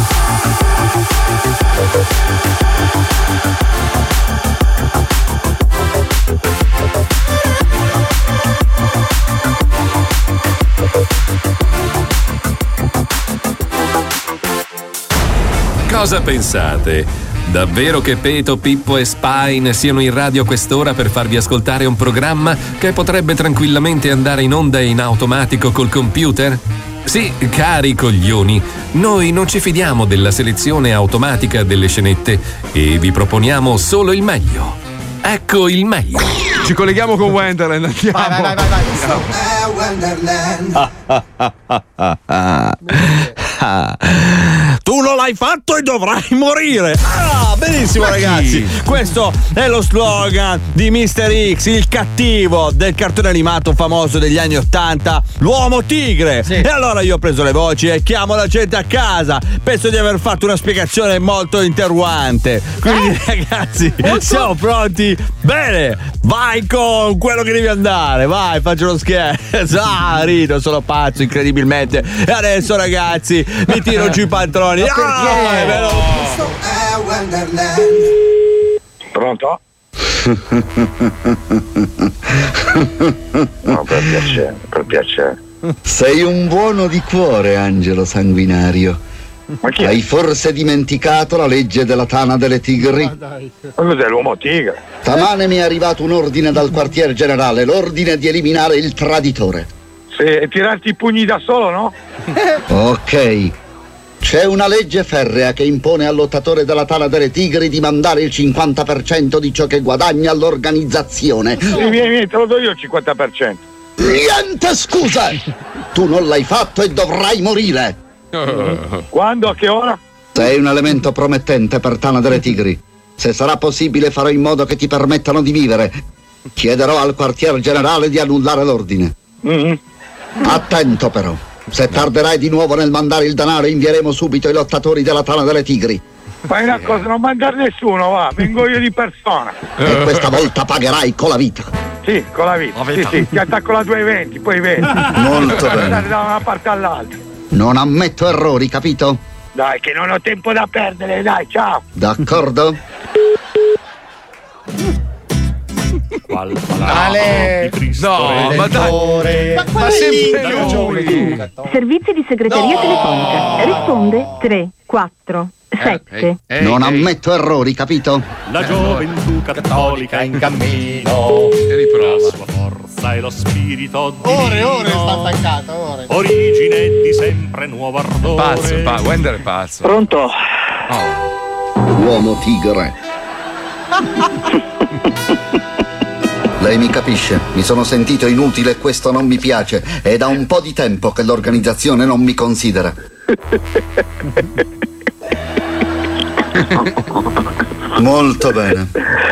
Cosa pensate? Davvero che Peto, Pippo e Spine siano in radio a quest'ora per farvi ascoltare un programma che potrebbe tranquillamente andare in onda in automatico col computer? Sì, cari coglioni, noi non ci fidiamo della selezione automatica delle scenette e vi proponiamo solo il meglio. Ecco il meglio. Ci colleghiamo con Wonderland, andiamo. Vai, vai, vai, vai. Tu non l'hai fatto e dovrai morire. Ah, benissimo ragazzi. Questo è lo slogan di mister X, il cattivo del cartone animato famoso degli anni ottanta, l'uomo tigre. Sì. E allora io ho preso le voci e chiamo la gente a casa. Penso di aver fatto una spiegazione molto interrogante. Quindi eh? ragazzi, Molto? siamo pronti? Bene, vai con quello che devi andare. Vai, faccio lo scherzo. Ah, rido, sono pazzo incredibilmente. E adesso ragazzi, mi tiro giù i pantaloni. Ma ah, è vero. Pronto? No, per piacere, per piacere. Sei un buono di cuore, Angelo Sanguinario. Ma chi è? Hai forse dimenticato la legge della tana delle tigri? Ma cos'è l'uomo tigre? Stamane mi è arrivato un ordine dal quartier generale, l'ordine di eliminare il traditore. Sì, e tirarti i pugni da solo, no? Ok. C'è una legge ferrea che impone al lottatore della tana delle tigri di mandare il cinquanta per cento di ciò che guadagna all'organizzazione. Sì, vieni, vieni, te lo do io il cinquanta per cento. Niente scusa! Tu non l'hai fatto e dovrai morire! Quando? A che ora? Sei un elemento promettente per Tana delle Tigri. Se sarà possibile farò in modo che ti permettano di vivere. Chiederò al quartier generale di annullare l'ordine. Mm-hmm. Attento però. Se tarderai di nuovo nel mandare il denaro, invieremo subito i lottatori della Tana delle Tigri. Fai una cosa, non mandare nessuno, va, vengo io di persona. E questa volta pagherai con la vita. Sì, con la vita. La vita. Sì, sì, ti attacco la duecentoventi, poi vedi. Molto bene. Andare da una parte all'altra. Non ammetto errori, capito? Dai, che non ho tempo da perdere, dai, ciao. D'accordo? qual Ale. No, ma dai. Ma, ma sempre lui. Servizi di segreteria telefonica. Risponde tre, quattro, sette. Non ammetto errori, capito? La gioventù cattolica in cammino. La sua forza e lo spirito divino. Ore, ore sta attaccato, ore. Origine di sempre nuovo ardore. Pazzo, pa- Wender è pazzo. Pronto? Uomo tigre. Lei mi capisce, mi sono sentito inutile e questo non mi piace. È da un po' di tempo che l'organizzazione non mi considera. Molto bene.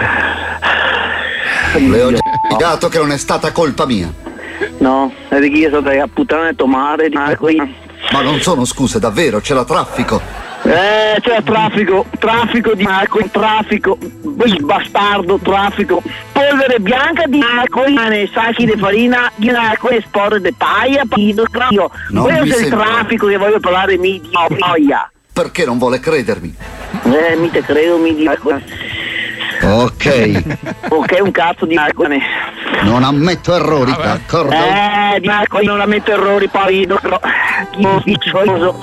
Le ho già spiegato che non è stata colpa mia. No, è di chi è stata a puttana e tomare. Ma non sono scuse, davvero, c'era traffico. Eh, c'è traffico, traffico di acqua, traffico, il bastardo, traffico, polvere bianca di acqua, sacchi di farina di acqua e sporre di paia, pido, io. Non Questo mi è il sembra. traffico che voglio parlare mi di noia. Perché non vuole credermi? Eh, mi te credo, mi di acqua. Ok, Ok, un cazzo di acqua. non ammetto errori, d'accordo? Eh, di acqua, non la metto errori, poi no. Io ficcioso.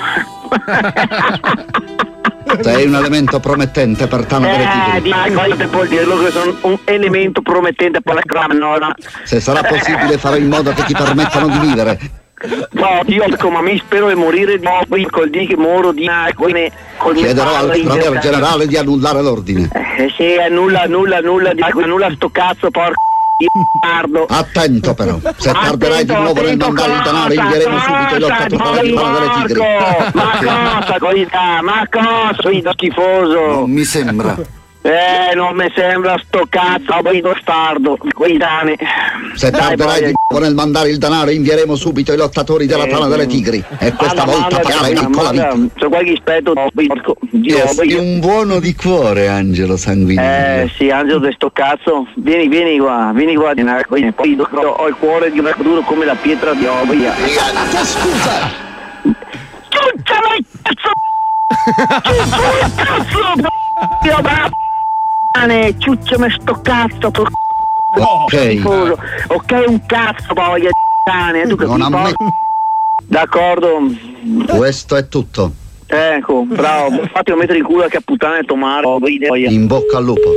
Sei un elemento promettente per Tana delle Eh, Tigri. di acqua, te può dirlo che sono un elemento promettente per la granola. Se sarà possibile farò in modo che ti permettano di vivere. No, io come mi spero di morire di nuovo col dì che moro di acqua. Col mio Chiederò al padre in brigadier testa. generale di annullare l'ordine. Eh, sì, annulla, annulla, annulla, di acqua, annulla sto cazzo, porco di Attento però, se tarderai di nuovo nel mandare il denaro invieremo subito i lottatori alla Tana delle Tigri. Ma cosa, qualità, ma cosa, fido schifoso. Non mi sembra. Eh, non mi sembra sto cazzo, poi bastardo, quei dane. Se Dai, tarderai poi- di nuovo nel mandare il denaro invieremo subito i lottatori della Tana delle Tigri. E questa Manda, volta manda, pagherai manda, piccola vita. manda, c'è qualche rispetto, porco, Dio, Io sei poi- un buono di cuore, Angelo Sanguigno. Eh sì, Angelo di sto cazzo, vieni, vieni qua, vieni qua, di una- poi ho il cuore di un duro come la pietra di Ovia. Scusa! Ciucciami, cazzo! Ciucciami, cazzo! Dio, ma cane, ciucciami sto cazzo, por- Ok. schifoso. Ok, un cazzo poi, cane, tu Non capisci? ammetto. D'accordo, Questo è tutto. ecco, bravo, fatti mettere in culo che a puttana e tomare. In bocca al lupo.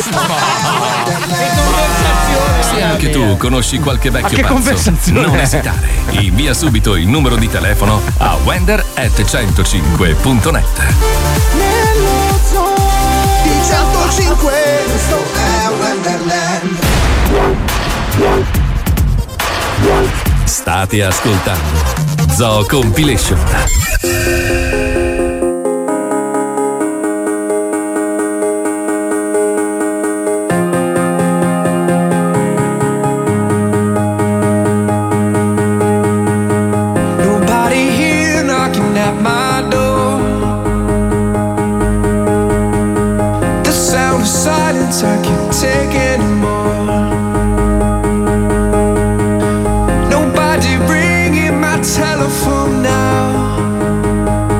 Se anche tu conosci qualche vecchio Ma che pazzo, conversazione non è? esitare. Invia subito il numero di telefono a wender at centocinque punto net. Di centocinque, questo è Wonderland. State ascoltando Zoo Compilation. Nobody here knocking at my door. The sound of silence I can't take anymore. Nobody ringing my telephone now.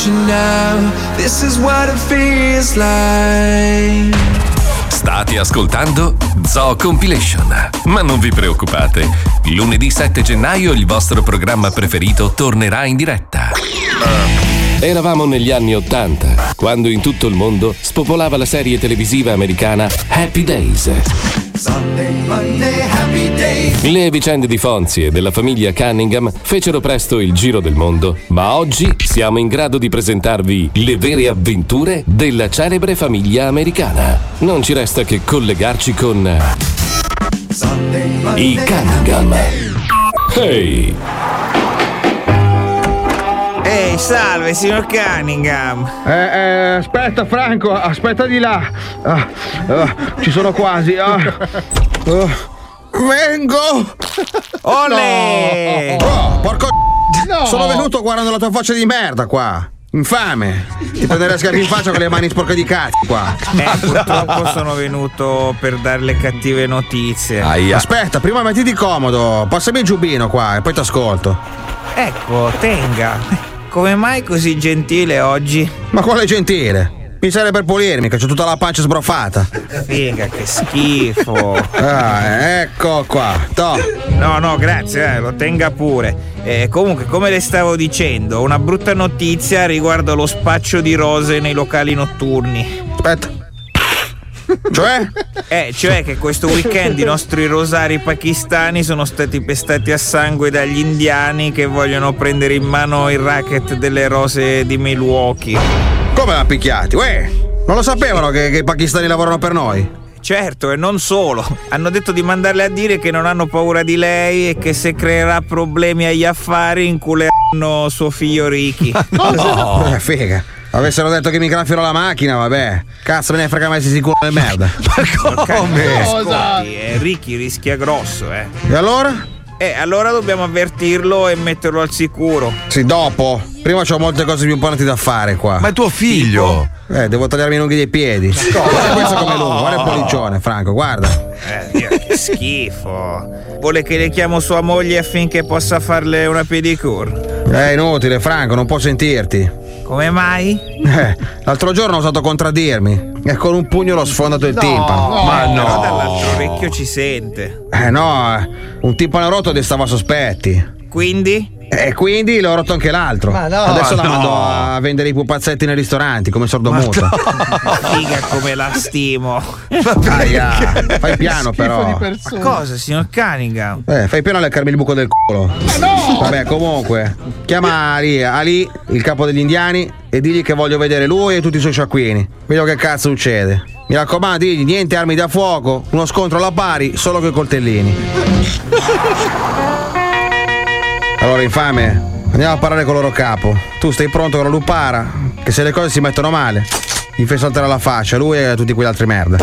want you now. This is what it feels like. State ascoltando Zoo Compilation. Ma non vi preoccupate, lunedì sette gennaio il vostro programma preferito tornerà in diretta. Eravamo negli anni ottanta, quando in tutto il mondo spopolava la serie televisiva americana Happy Days. Sunday, Monday, happy day. Le vicende di Fonzie e della famiglia Cunningham fecero presto il giro del mondo, ma oggi siamo in grado di presentarvi le vere avventure della celebre famiglia americana. Non ci resta che collegarci con i Cunningham. Hey! Ehi, salve, signor Cunningham. Eh, eh, aspetta, Franco, aspetta di là. Ah, ah, ci sono quasi. Ah. Ah. Vengo! Olè! No. Oh, porco. No. Sono venuto guardando la tua faccia di merda qua. Infame! Ti prenderei schiaffi in faccia con le mani sporche di cazzo qua. Eh, purtroppo sono venuto per dare le cattive notizie. Aia. Aspetta, prima mettiti comodo. Passami il giubbino qua e poi ti ascolto. Ecco, tenga. Come mai così gentile oggi? Ma quale gentile? Mi serve per pulirmi, che c'ho tutta la pancia sbroffata. Figa, che schifo. Ah, ecco qua. To. No, no, grazie, eh, lo tenga pure. Eh, comunque, come le stavo dicendo, una brutta notizia riguardo lo spaccio di rose nei locali notturni. Aspetta. Cioè? Eh, cioè che questo weekend i nostri rosari pakistani sono stati pestati a sangue dagli indiani che vogliono prendere in mano il racket delle rose di Milwaukee. Come l'ha picchiati? Uè, non lo sapevano che, che i pakistani lavorano per noi? Certo, e non solo. Hanno detto di mandarle a dire che non hanno paura di lei e che se creerà problemi agli affari inculeranno suo figlio Ricky. No! Eh, figa. Avessero detto che mi graffiano la macchina, vabbè. Cazzo, me ne frega mai, si sicuro di merda. Ma come? Ascolti, eh, Ricky rischia grosso, eh. E allora? Eh, allora dobbiamo avvertirlo e metterlo al sicuro. Sì, dopo. Prima c'ho molte cose più importanti da fare qua. Ma è tuo figlio! Eh, devo tagliarmi i lunghi dei piedi. Guarda questo come lungo, guarda il pollicione, Franco, guarda. Eh, Dio, che schifo. Vuole che le chiamo sua moglie affinché possa farle una pedicure? È inutile, Franco, non può sentirti. Come mai? Eh, l'altro giorno ho osato contraddirmi e con un pugno l'ho sfondato il No, timpano. no, Ma no! Però dall'altro orecchio ci sente. Eh no, eh, un timpano rotto destava sospetti. Quindi? E quindi l'ho rotto anche l'altro. Ma no, Adesso la no. mando a vendere i pupazzetti nei ristoranti come sordomuto. Figa come la stimo. Aia, fai piano però. Ma cosa, signor Cunningham? Eh, fai piano a leccarmi il buco del culo. no! Vabbè, comunque, chiama Ali, Ali, il capo degli indiani, e digli che voglio vedere lui e tutti i suoi sciacquini. Vedo che cazzo succede. Mi raccomando, digli niente armi da fuoco, uno scontro alla pari, solo coi coltellini. Allora, infame, andiamo a parlare con il loro capo. Tu stai pronto con la lupara? Che se le cose si mettono male, gli fai saltare la faccia, lui e tutti quegli altri merda.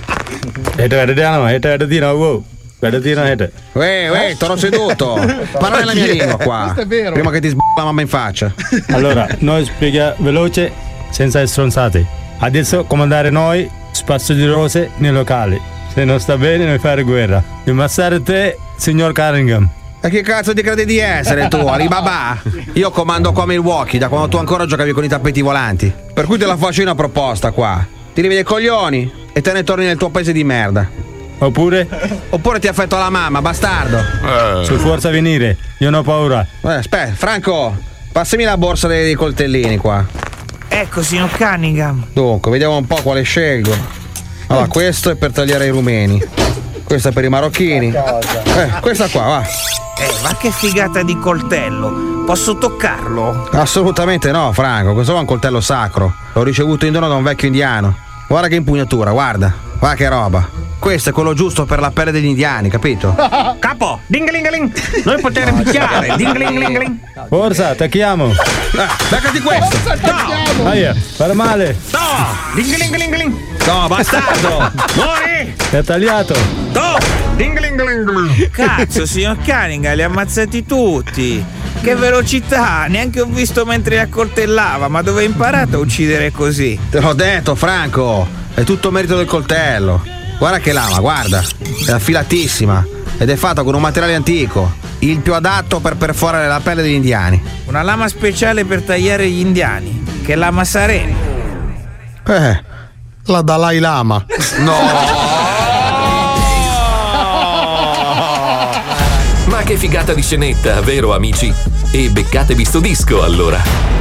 Uè, uè, t'ho seduto. Parla nella mia lingua qua. Questo è vero. Prima che ti sb***a la mamma in faccia. Allora, noi spiega veloce, senza stronzate. Adesso comandare noi, spazio di rose nei locali. Se non sta bene, noi fare guerra. Ammazzare te, signor Cunningham. E che cazzo ti credi di essere tu, Alibaba? Io comando qua Milwaukee da quando tu ancora giocavi con i tappeti volanti. Per cui te la faccio una proposta qua. Ti rivedi i coglioni e te ne torni nel tuo paese di merda. Oppure? Oppure ti affetto alla mamma, bastardo. Eh. Su forza venire, io non ho paura. Eh, aspetta, Franco, passami la borsa dei, dei coltellini qua. Ecco, signor Cunningham. Dunque, vediamo un po' quale scelgo. Allora, questo è per tagliare i rumeni. Questa è per i marocchini. Eh, questa qua, va. Eh, ma che figata di coltello. Posso toccarlo? Assolutamente no, Franco, questo è un coltello sacro. L'ho ricevuto in dono da un vecchio indiano. Guarda che impugnatura, guarda. Guarda che roba. Questo è quello giusto per la pelle degli indiani, capito? Capo, dinglingaling. Noi poter picchiare, dinglingaling. Forza, attacchiamo. Eh, beccati questo. No. Aia, fare male. No, dinglingaling. No, bastardo. Muori. Ti ha tagliato. No, dinglingaling. Cazzo, signor Cunningham, li ha ammazzati tutti. Che velocità, neanche ho visto mentre li accoltellava, ma dove hai imparato a uccidere così? Te l'ho detto, Franco, è tutto merito del coltello. Guarda che lama, guarda, è affilatissima ed è fatta con un materiale antico, il più adatto per perforare la pelle degli indiani. Una lama speciale per tagliare gli indiani. che Lama Sarena. Eh, la Dalai Lama. No. Ma che figata di scenetta, vero amici? E beccatevi sto disco allora.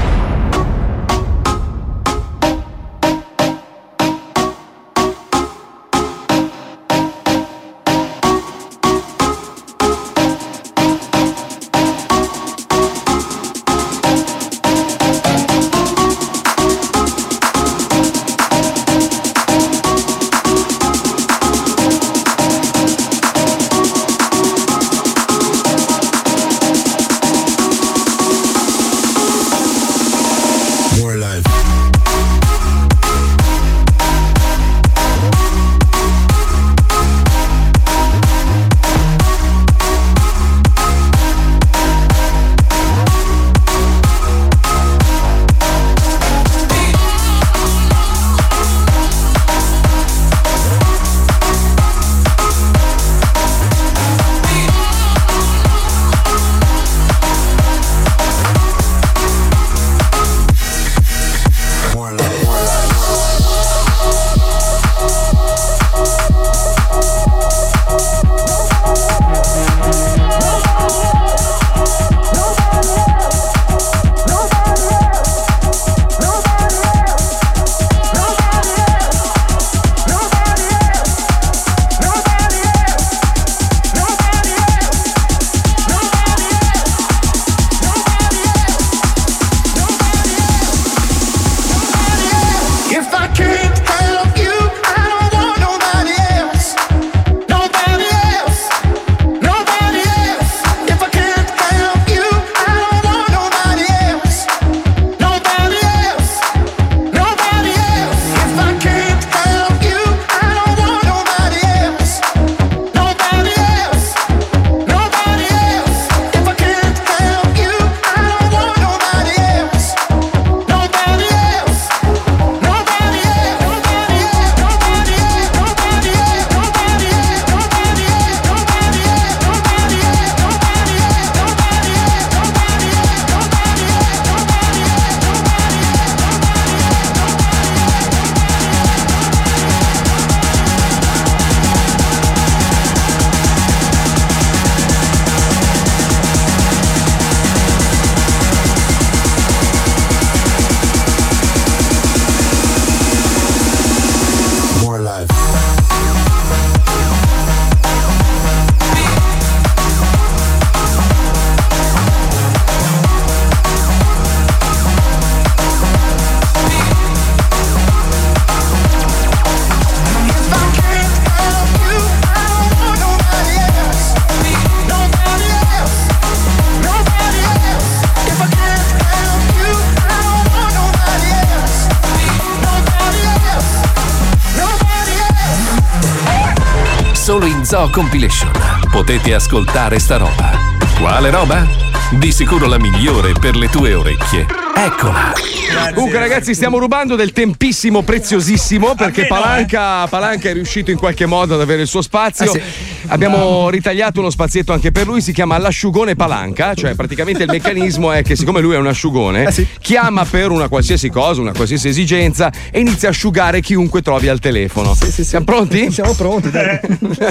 Solo in Zoo Compilation potete ascoltare sta roba. Quale roba? Di sicuro la migliore per le tue orecchie. Eccola. Comunque ragazzi, stiamo rubando del tempissimo preziosissimo perché Palanca, Palanca è riuscito in qualche modo ad avere il suo spazio. Ah, sì. Abbiamo ritagliato uno spazietto anche per lui, si chiama l'asciugone Palanca, cioè praticamente il meccanismo è che siccome lui è un asciugone, Ah, sì. chiama per una qualsiasi cosa, una qualsiasi esigenza e inizia a asciugare chiunque trovi al telefono. Sì, sì, sì. Siamo pronti? Siamo pronti, dai.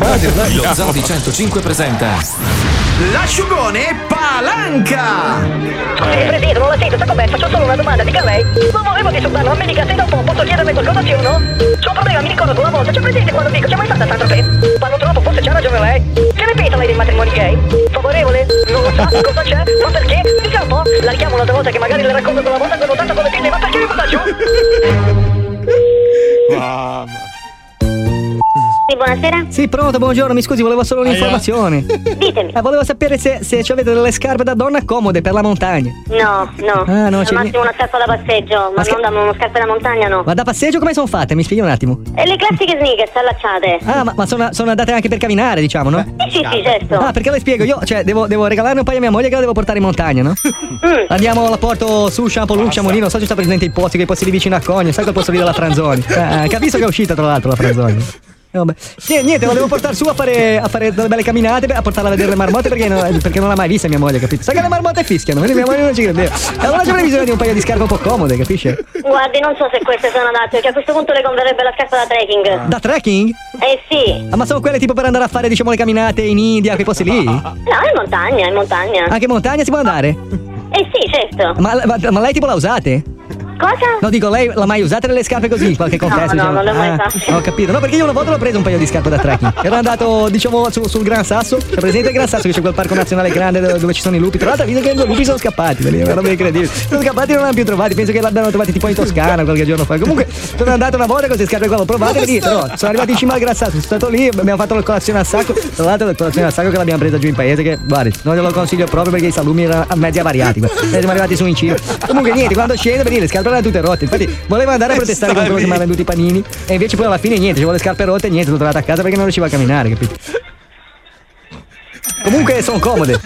Lo Zoo di centocinque presenta L'asciugone Palanca! Sì, Preside, non la sento, sa com'è? Faccio solo una domanda, dica lei. Non volevo disturbarlo, ma mi dica se da un po' posso chiederle qualcosa sì o no? C'ho un problema, mi ricordo una volta, c'è presente quando dico, c'è mai stata Sandra Pe? Parlo troppo, forse c'ha ragione lei. Che ne pensa lei dei matrimoni gay? Favorevole? Non lo sa, cosa c'è? Ma perché? Dica un po', la richiamo un'altra volta che magari le racconto quella volta che ho notato con le pinne, ma perché mi butta giù? Mamma. Sì, buonasera. Sì, pronto, buongiorno, mi scusi, volevo solo un'informazione. Ditemi. Eh, volevo sapere se, se ci avete delle scarpe da donna comode per la montagna. No, no. Ah, no, Al c'è massimo una scarpa da passeggio, ma Ma non da uno scarpe da montagna, no. Ma da passeggio come sono fatte? Mi spieghi un attimo. E le classiche sneakers allacciate. Ah, ma, ma sono, sono andate anche per camminare, diciamo, no? Sì, sì, sì, certo. Ah, perché le spiego, io, cioè, devo, devo regalarne un paio a mia moglie che la devo portare in montagna, no? Andiamo, la porto su Champollion, Chamonix, non so se sta presente i posti, quei posti lì vicino a Cogno, sai quel posto lì della Franzoni. Eh, capisco che è uscita tra l'altro la Franzoni. Eh, vabbè. Niente, niente, la devo portare su a fare, a fare delle belle camminate, a portarla a vedere le marmotte perché non, perché non l'ha mai vista mia moglie, capito? Sa che le marmotte fischiano, quindi mia moglie non ci credeva. E allora c'è bisogno di un paio di scarpe un po' comode, capisce? Guardi, non so se queste sono adatte, perché a questo punto le converrebbe la scarpa da trekking. Da trekking? Eh sì. Ah, ma sono quelle tipo per andare a fare, diciamo, le camminate in India, quei posti lì? No, in montagna, in montagna. Anche in montagna si può andare? Eh sì, certo. Ma, ma, ma lei tipo la usate? Cosa? No, dico, lei l'ha mai usata nelle scarpe così? Qualche contesto? No, no, diciamo? non le ho mai Ah, fatte. ho capito. No, perché io una volta l'ho preso un paio di scarpe da trekking. Ero andato, diciamo, su- sul Gran Sasso. C'è presente il Gran Sasso che c'è quel parco nazionale grande dove, dove ci sono i lupi? Tra l'altro, visto che i due lupi sono scappati, è una roba incredibile. Sono scappati e non l'hanno più trovati. Penso che l'abbiano trovati tipo in Toscana qualche giorno fa. Comunque, sono andato una volta con queste scarpe qua, l'ho provate lì, però sono arrivati in cima al Gran Sasso. Sono stato lì, abbiamo fatto la colazione al sacco. Tra l'altro, la colazione al sacco che l'abbiamo presa giù in paese. Che, guardi, non glielo consiglio proprio perché i salumi erano mezzi avariati. Noi siamo arrivati su in cima. Comunque, niente, quando scende, vedi, le scarpe erano tutte rotte. Infatti, volevo andare a protestare contro che mi ha venduti i panini. E invece poi alla fine niente, c'avevo le scarpe rotte e niente, sono tornato a casa perché non riuscivo a camminare, capito? Comunque sono comode.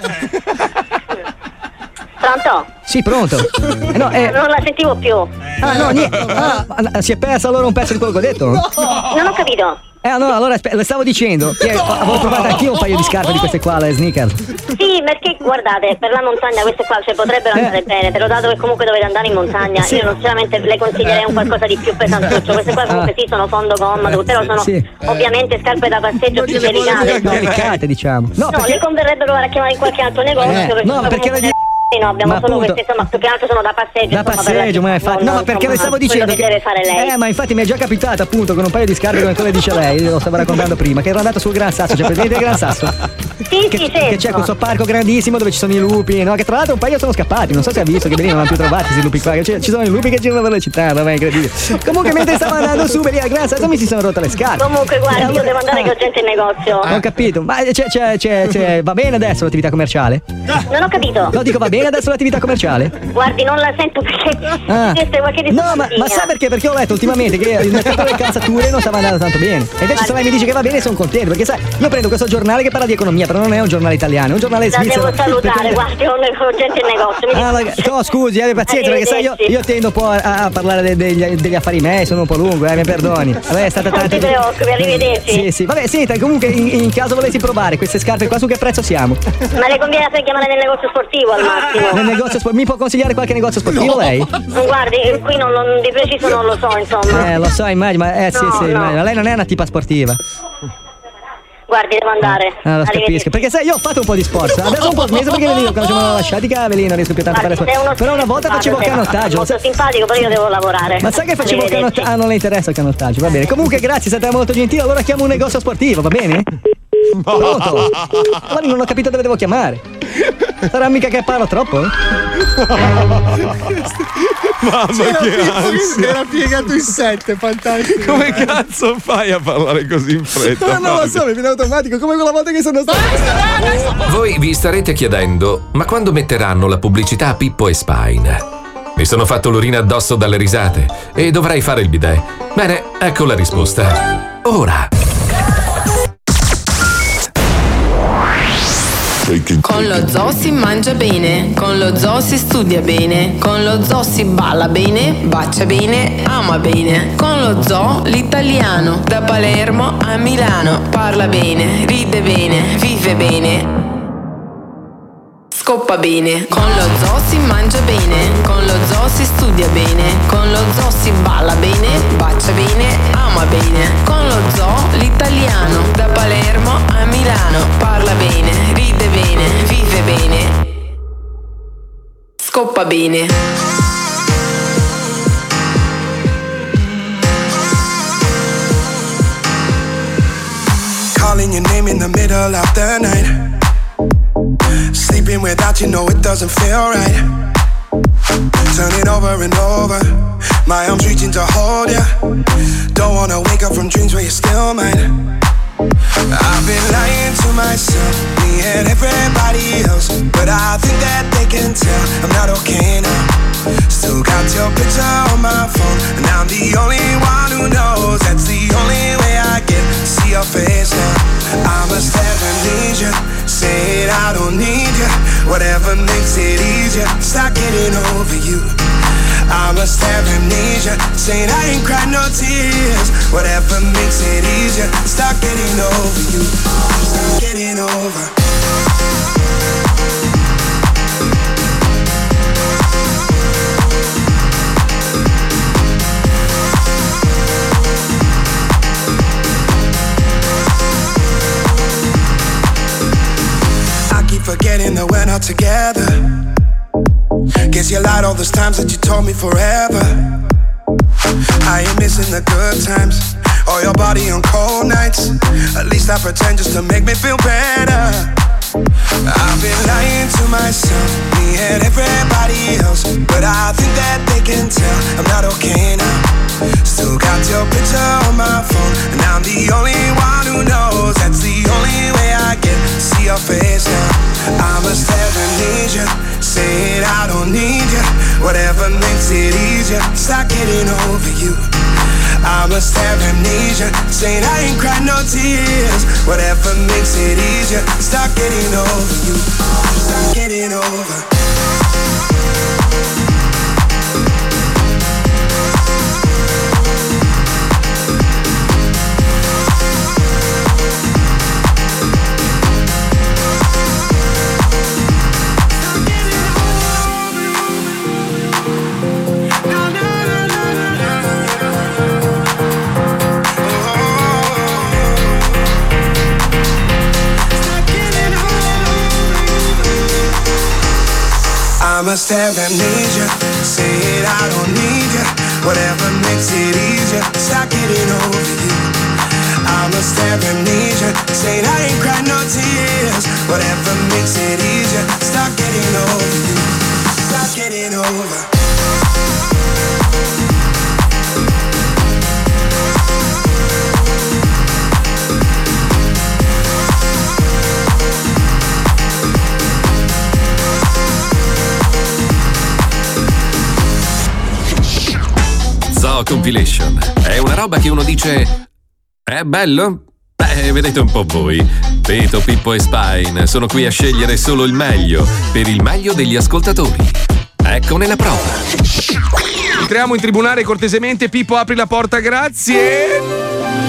Pronto? Sì, pronto. Eh, no, eh. Non la sentivo più. Ah, no, niente. Ah, si è persa allora un pezzo di quello che ho detto? Non ho capito. Eh, no, allora aspe- le stavo dicendo che avevo provato anch'io un paio di scarpe di queste qua, le sneaker. Sì, perché guardate, per la montagna queste qua cioè, potrebbero andare bene, però dato che comunque dovete andare in montagna, Sì. io non sinceramente le consiglierei un qualcosa di più pesantuccio. Queste qua comunque sì, sono fondo gomma, però sono Sì. ovviamente scarpe da passeggio più delicate. Più delicate, diciamo. No, le converrebbe provare a chiamare in qualche altro negozio. Eh, perché no, sono perché comunque la- sì, no, abbiamo Ma solo appunto- queste, insomma, più che altro sono da passeggio. Da insomma, per la- passeggio, ma infatti. non- No, perché le insomma, stavo dicendo. quello che deve fare lei. Eh, ma infatti mi è già capitato appunto con un paio di scarpe come quelle dice lei, lo stavo raccontando prima, che ero andato sul Gran Sasso, c'è presente il Gran Sasso? Sì, che, sì, che certo. c'è questo parco grandissimo dove ci sono i lupi, no? Che tra l'altro un paio sono scappati, non so se ha visto che lì non hanno più trovati questi lupi qua, che c'è- ci sono i lupi che girano per le città, non è incredibile. Comunque mentre stavo andando su per lì al Gran Sasso mi si sono rotte le scarpe. Comunque, guardi, Eh, io devo andare che ho gente in negozio. Ho capito, ma c'è, c'è, c'è, c'è- va bene adesso l'attività commerciale? Non ho capito. No, dico va bene adesso l'attività commerciale? Guardi, non la sento perché Ah. questa è qualche No, ma, ma sa perché? Perché ho letto ultimamente che il mercato delle calzature non stava andando tanto bene. E invece se lei mi dice che va bene sono contento. Perché sai, io prendo questo giornale che parla di economia, però non è un giornale italiano, è un giornale La svizzero. devo salutare, Perché- guardi, ho ho gente in negozio. Mi Ah, la- no, scusi, abbi pazienza, perché sai, io, io tendo un po' a, a parlare de- degli, degli affari miei, sono un po' lungo, eh, mi perdoni. Vabbè, è stata Non tanta. ti preoccupi, arrivederci. Sì, sì. Vabbè, senta, comunque in, in caso volessi provare queste scarpe qua, su che prezzo siamo? Ma le conviene per chiamare nel negozio sportivo al massimo. Nel negozio spor- mi può consigliare qualche negozio sportivo lei? Guardi, qui non, non- di preciso non lo so, insomma. Eh, lo so, immagino, ma eh sì, No, sì, no. immagino. Lei non è una tipa sportiva. Guardi, devo andare. Ah, lo Arrivederci. capisco. Perché sai, io ho fatto un po' di sport. Adesso un po' smesso perché venivo quando ci hanno lasciati i cavoli, non riesco più tanto a fare Guardi, sei sport. uno Però una volta facevo simpatico, canottaggio. Molto simpatico, però io devo lavorare. Ma sai che facevo Arrivederci. canottaggio? Ah, non le interessa il canottaggio, va bene. Comunque, grazie, siete molto gentili. Allora chiamo un negozio sportivo, va bene? Pronto? Ma non ho capito dove devo chiamare. Sarà mica che parlo troppo? Mamma C'era che Pippo ansia. che era piegato in sette, fantastico. Come cazzo fai a parlare così in fretta? Ma non lo so, mi viene automatico, come quella volta che sono stato. Voi vi starete chiedendo, ma quando metteranno la pubblicità a Pippo e Spine? Mi sono fatto l'urina addosso dalle risate e dovrei fare il bidet. Bene, ecco la risposta. Ora. Con lo zoo si mangia bene, con lo zoo si studia bene, con lo zoo si balla bene, bacia bene, ama bene. Con lo zoo l'italiano, da Palermo a Milano, parla bene, ride bene, vive bene, scoppa bene. Con lo zoo si mangia bene, con lo zoo si studia bene, con lo zoo si balla bene, bacia bene, ama bene. Con lo zoo l'italiano, da Palermo a Milano, parla bene, ride bene, vive bene, scoppa bene. Calling your name in the middle of the night. Sleeping without you, no, it doesn't feel right. Turning over and over, my arms reaching to hold ya. Don't wanna wake up from dreams where you're still mine. I've been lying to myself, me and everybody else, but I think that they can tell I'm not okay now. Still got your picture on my phone, and I'm the only one who knows. That's the only way I get to see your face now. I must have amnesia, say it, I don't need you. Whatever makes it easier, start getting over you. I must have amnesia, saying I ain't cried no tears. Whatever makes it easier, start getting over you. Start getting over. Forgetting that we're not together. Guess you lied all those times that you told me forever. I ain't missing the good times or your body on cold nights. At least I pretend just to make me feel better. I've been lying to myself, me and everybody else, but I think that they can tell I'm not okay now. Still got your picture on my phone, and I'm the only one who knows. That's the only way I get to see your face now. I must have amnesia, saying I don't need you. Whatever makes it easier, start getting over you. I must have amnesia, saying I ain't cried no tears. Whatever makes it easier, start getting over you. Start getting over. I must have amnesia, saying I don't need you. Whatever makes it easier, start getting over you. I must have amnesia, saying I ain't cried no tears. Whatever makes it easier, start getting over you. Start getting over. Zoo Compilation è una roba che uno dice è bello? Beh, vedete un po' voi. Peto, Pippo e Spine sono qui a scegliere solo il meglio per il meglio degli ascoltatori. Eccone la prova. Entriamo in tribunale cortesemente. Pippo, apri la porta, grazie.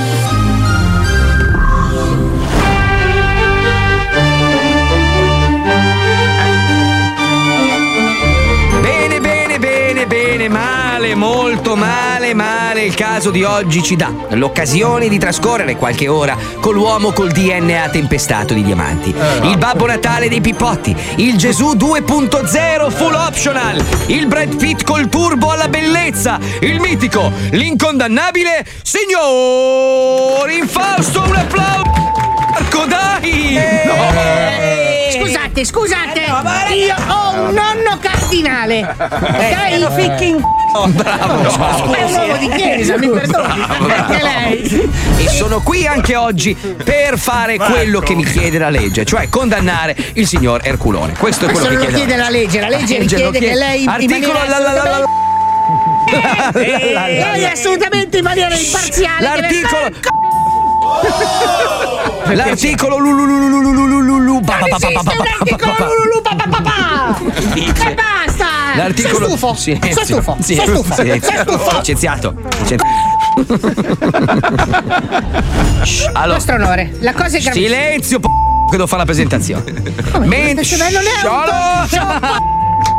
Bene, male, molto male, male. Il caso di oggi ci dà l'occasione di trascorrere qualche ora con l'uomo col D N A tempestato di diamanti, il Babbo Natale dei Pippotti, il Gesù due punto zero full optional, il Brad Pitt col turbo alla bellezza, il mitico, l'incondannabile signor Infausto. Un applauso, Marco, dai! Eh, scusate, scusate, io ho un nonno cardinale, ok? Ficking. Oh, bravo, bravo. È un uomo di chiesa, mi perdoni, anche lei. E sono qui anche oggi per fare Marco. quello che mi chiede la legge, cioè condannare il signor Erculone. Questo è quello Questo che non chiede lo chiede la legge, la legge richiede che lei articolo la, la, la, la, lei assolutamente in maniera imparziale. L'articolo L'articolo lulululululululu. Non esiste un articolo lululu. E basta. L'articolo. Sei stufo. Sì, Sei stufo. Sì, Sei stufo. sì, Sei stufo. Licenziato. Allora. Vostro onore, la cosa è gravissima. Silenzio, p***o, che devo fare la presentazione. Come? Men- questo cervello ne è un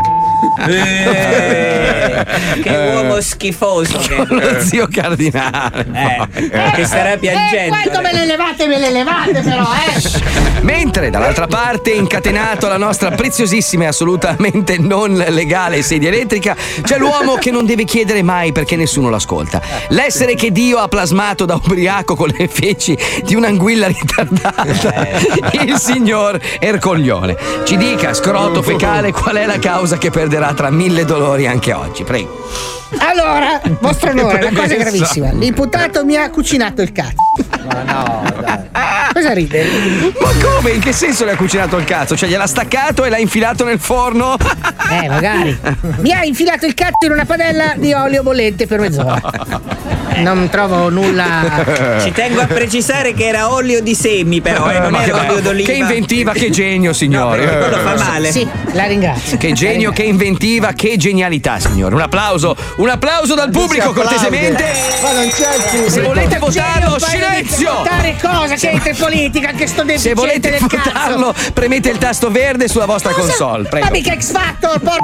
Eh, che uomo schifoso che lo zio cardinale eh, che starà piangendo. Eh, quando me le levate, me le levate però, eh. Mentre dall'altra parte, incatenato alla nostra preziosissima e assolutamente non legale sedia elettrica, c'è l'uomo che non deve chiedere mai perché nessuno l'ascolta. L'essere che Dio ha plasmato da ubriaco con le feci di un'anguilla ritardata, il signor Ercoglione. Ci dica, scroto fecale, qual è la causa che perderà tra mille dolori anche oggi, prego. Allora, vostro onore, la cosa è gravissima. L'imputato mi ha cucinato il cazzo. Ma no, dai. cosa ride? Ma come? In che senso le ha cucinato il cazzo? Cioè gliel'ha staccato e l'ha infilato nel forno? Eh, magari. Mi ha infilato il cazzo in una padella di olio bollente per mezz'ora. Non trovo nulla. Ci tengo a precisare che era olio di semi, però, eh, non Ma era che- olio d'oliva. Che inventiva, che genio, signore. No, perché quello fa male. Sì, la ringrazio. Che genio, che inventiva, che genialità, signore. Un applauso, un applauso dal pubblico, cortesemente. Ma non c'è il pubblico. Se volete votarlo, Un paio di- silenzio! Votare cosa? Che entra in politica, anche sto Se deficiente volete del votarlo, cazzo. premete il tasto verde sulla vostra console. Prego. Ma mica X Factor, por...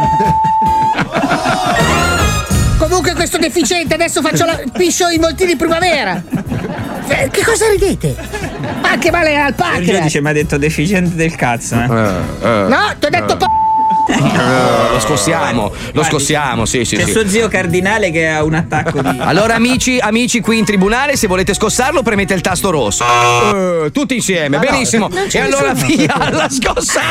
Comunque questo deficiente, adesso faccio la... piscio i voltini primavera. Eh, Che cosa ridete? Anche male al Il pancreas. giudice mi ha detto deficiente del cazzo, eh. No, ti ho detto po- Eh, lo scossiamo, lo scossiamo, sì, sì, C'è sì. suo zio cardinale che ha un attacco di. Allora amici, amici qui in tribunale, se volete scossarlo premete il tasto rosso. Eh, tutti insieme, Ma no, benissimo. non E c'è allora nessuno. via alla scossa.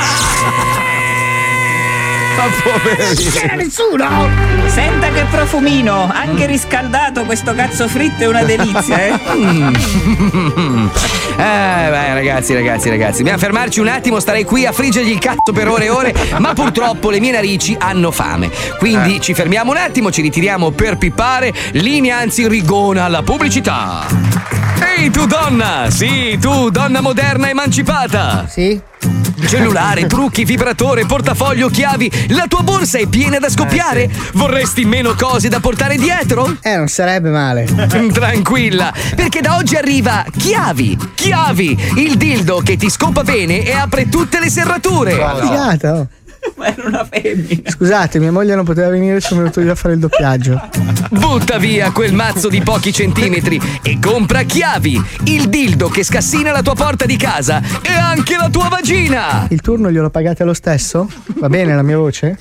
Ma Non c'era nessuno. Senta che profumino, anche riscaldato questo cazzo fritto è una delizia, eh. Mm. Eh, beh, ragazzi, ragazzi, ragazzi, dobbiamo fermarci un attimo. Starei qui a friggergli il cazzo per ore e ore, ma purtroppo le mie narici hanno fame. Quindi Eh. ci fermiamo un attimo, ci ritiriamo per pippare. Linea, anzi, rigona alla pubblicità. Ehi, tu donna! Sì, tu, donna moderna emancipata! Sì? Cellulare, trucchi, vibratore, portafoglio, chiavi. La tua borsa è piena da scoppiare? Vorresti meno cose da portare dietro? Eh, non sarebbe male. Tranquilla, perché da oggi arriva Chiavi. Chiavi, il dildo che ti scopa bene e apre tutte le serrature. Figata, oh. Ma era una femmina. Scusate, mia moglie non poteva venire, sono venuto io a fare il doppiaggio. Butta via quel mazzo di pochi centimetri e compra Chiavi, il dildo che scassina la tua porta di casa e anche la tua vagina. Il turno glielo pagate lo stesso? Va bene la mia voce?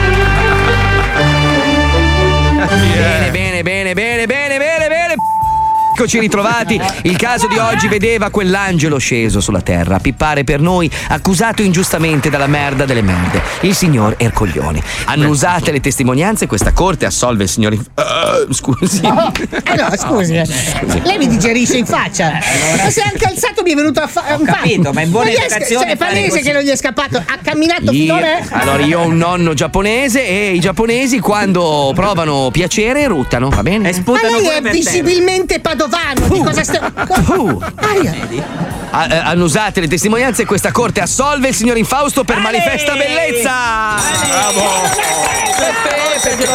Bene, bene, bene, bene, bene, bene, bene. Eccoci ritrovati. Il caso di oggi vedeva quell'angelo sceso sulla terra a pippare per noi, accusato ingiustamente dalla merda delle merde, il signor Ercoglione. Annusate le testimonianze, questa corte assolve il signor. Uh, scusi. Eh no, scusi. Lei mi digerisce in faccia. Ma se anche alzato mi è venuto a fare. Ho capito, ma in buona Non gli è sca- educazione cioè, è fare palese così. che non gli è scappato. Ha camminato Io- fino a me. allora io ho un nonno giapponese e i giapponesi quando provano piacere ruttano, va bene? Ma lei è visibilmente padovano. Di cosa stiamo. Uh. Aia. Ah, eh, annusate le testimonianze, questa corte assolve il signor Infausto per manifesta bellezza. Bravo. Tutto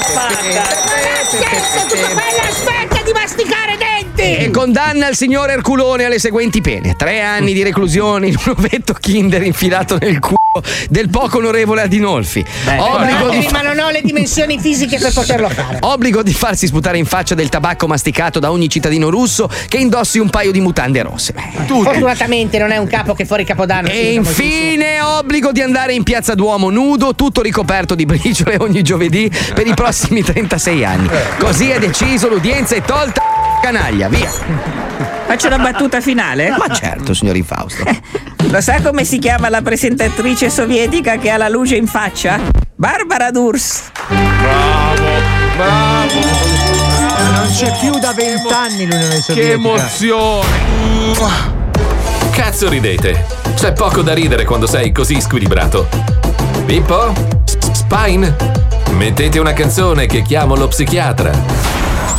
quello aspetta di masticare denti. E condanna il signor Erculone alle seguenti pene: tre anni di reclusione in un ovetto Kinder infilato nel culo del poco onorevole Adinolfi. Obbligo di, Ma non ho le dimensioni fisiche per poterlo fare. obbligo di farsi sputare in faccia del tabacco masticato da ogni cittadino russo che indossi un paio di mutande rosse. Fortunatamente non è un capo che fuori Capodanno. E infine obbligo di andare in piazza Duomo nudo, tutto ricoperto di briciole ogni giovedì per i prossimi trentasei anni. Così è deciso, l'udienza è tolta. Canaglia, via. Faccio la battuta finale? Ma certo, signor Infausto. Lo sa come si chiama la presentatrice sovietica che ha la luce in faccia? Barbara Durs. Bravo, bravo. Non c'è più da vent'anni l'Unione Sovietica. Che emozione. Cazzo ridete? C'è poco da ridere quando sei così squilibrato. Pippo? S- Spine? Mettete una canzone che chiamo lo psichiatra.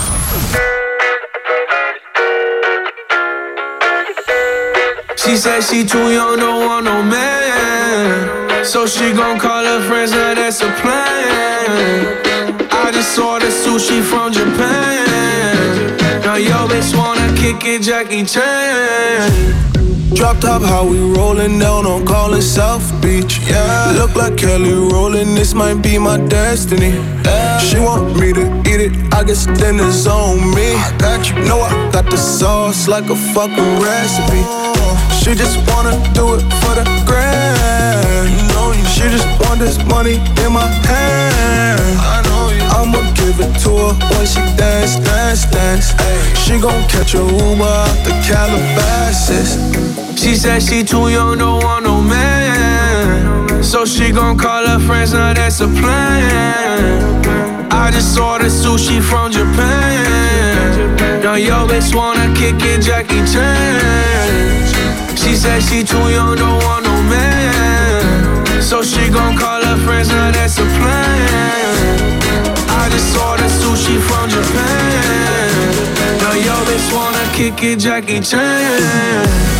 She said she too young, don't want no man. So she gon' call her friends, now that's a plan. I just ordered sushi from Japan. Now yo bitch wanna kick it, Jackie Chan. Drop top, how we rollin' down on Collins South Beach. Yeah, look like Kelly rollin', this might be my destiny. Yeah. She want me to eat it, I guess then it's on me. I got you, know I got the sauce like a fucking recipe. She just wanna do it for the grand. You know you. She just want this money in my hand. I know you. I'ma give it to her when she dance, dance, dance. Ay. She gon' catch a Uber out the Calabasas. She said she too young, don't want no man. So she gon' call her friends, now that's a plan. I just ordered sushi from Japan. Now yo bitch wanna kick it, Jackie Chan. She She said she too young, don't want no man. So she gon' call her friends, now that's a plan. I just ordered sushi from Japan. Now yo bitch wanna kick it, Jackie Chan.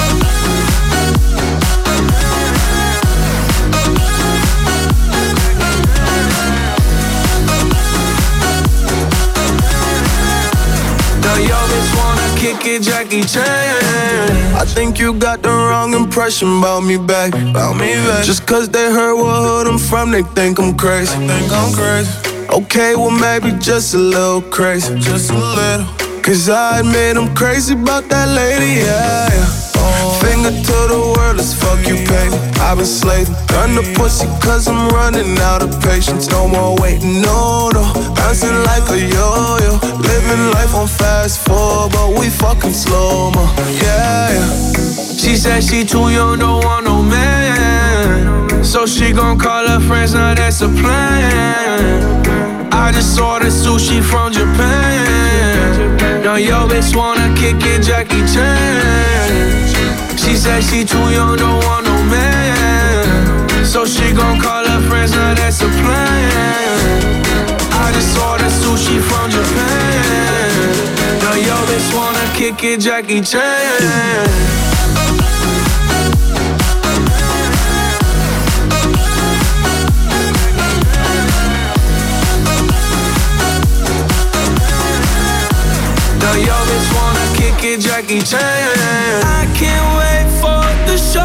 Now yo bitch wanna kick it, Jackie Chan. I think you got the wrong impression about me back, about me back. Just cause they heard what hood I'm from, they think I'm crazy. They think I'm crazy. Okay, well maybe just a little crazy, just a little. Cause I admit I'm crazy about that lady, yeah, yeah. Finger to the world, let's fuck you, baby. I've been slaving, done the pussy cause I'm running out of patience. No more waiting, no, no. Bouncing like a yo-yo. Living life on fast forward, but we fucking slow-mo, yeah, yeah. She said she too young, don't want no man. So she gon' call her friends, now that's a plan. I just ordered sushi from Japan. Now yo bitch wanna kick it, Jackie Chan. She said she too young, don't want no man. So she gon' call her friends, now that's a plan. I just ordered sushi from Japan. Now yo bitch wanna kick it, Jackie Chan. Now yo bitch wanna kick it, Jackie Chan. I can't wait for the show.